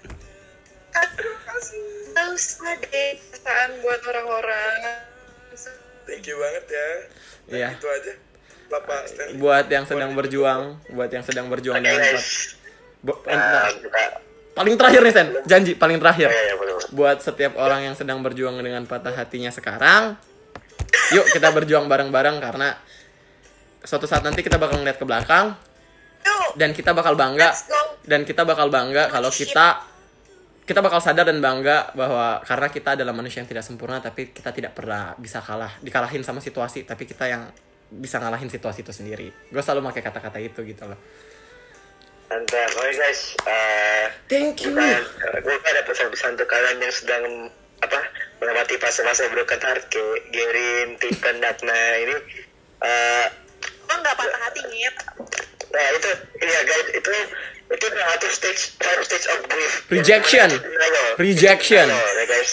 S3: Tahu deh perasaan buat orang-orang.
S4: Thank you banget ya. Nah,
S1: Iya.
S4: itu aja. Bapak Stanley.
S1: Buat yang sedang berjuang dengan
S2: Guys.
S1: paling terakhir nih Sen, janji paling terakhir.
S2: Ya, betul.
S1: Buat setiap orang yang sedang berjuang dengan patah hatinya sekarang, yuk kita berjuang bareng-bareng, karena suatu saat nanti kita bakal ngeliat ke belakang
S3: Yuk,
S1: dan kita bakal bangga,
S3: let's go.
S1: kalau kita bakal sadar dan bangga bahwa karena kita adalah manusia yang tidak sempurna, tapi kita tidak pernah bisa dikalahin sama situasi, tapi kita yang bisa ngalahin situasi itu sendiri. Gue selalu pakai kata-kata itu gitu loh.
S2: Mantap. Oke guys,
S1: Thank you.
S2: gue ada pesan-pesan untuk kalian yang sedang melewati fase-fase broken heart kayak Gerin, Tipen, Natna ini.
S3: Lo nggak patah hati Nyet.
S2: Nah itu ya guys, itu satu stage of grief.
S1: Rejection.
S2: Denial, ya guys.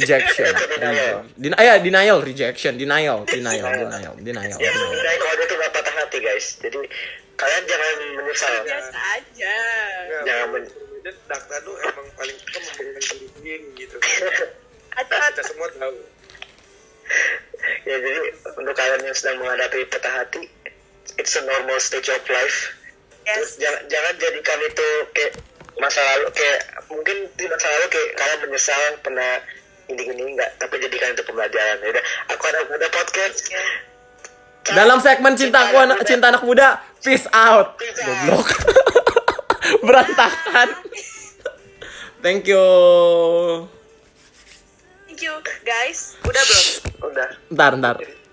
S1: Denial. Rejection. Denial.
S2: Ya, kalau dia tuh nggak patah hati guys. Jadi kalian jangan menyesal.
S3: Biasa aja.
S2: Jangan
S4: Dan Dakta tuh emang paling suka memberikan diri gitu.
S3: Ada
S4: Kita semua tahu.
S2: Ya jadi untuk kalian yang sedang menghadapi patah hati, it's a normal stage of life. Terus
S3: yes.
S2: jangan jadikan itu kayak masa lalu, kayak mungkin di masa lalu kayak kalian menyesal pernah gini enggak, tapi jadikan itu pembelajaran. Ya udah, aku ada podcast.
S1: Dalam segmen cinta anak muda, peace out. Goblok. Berantakan. Thank you.
S3: Thank you guys. Udah belum?
S2: Udah.
S1: Bentar.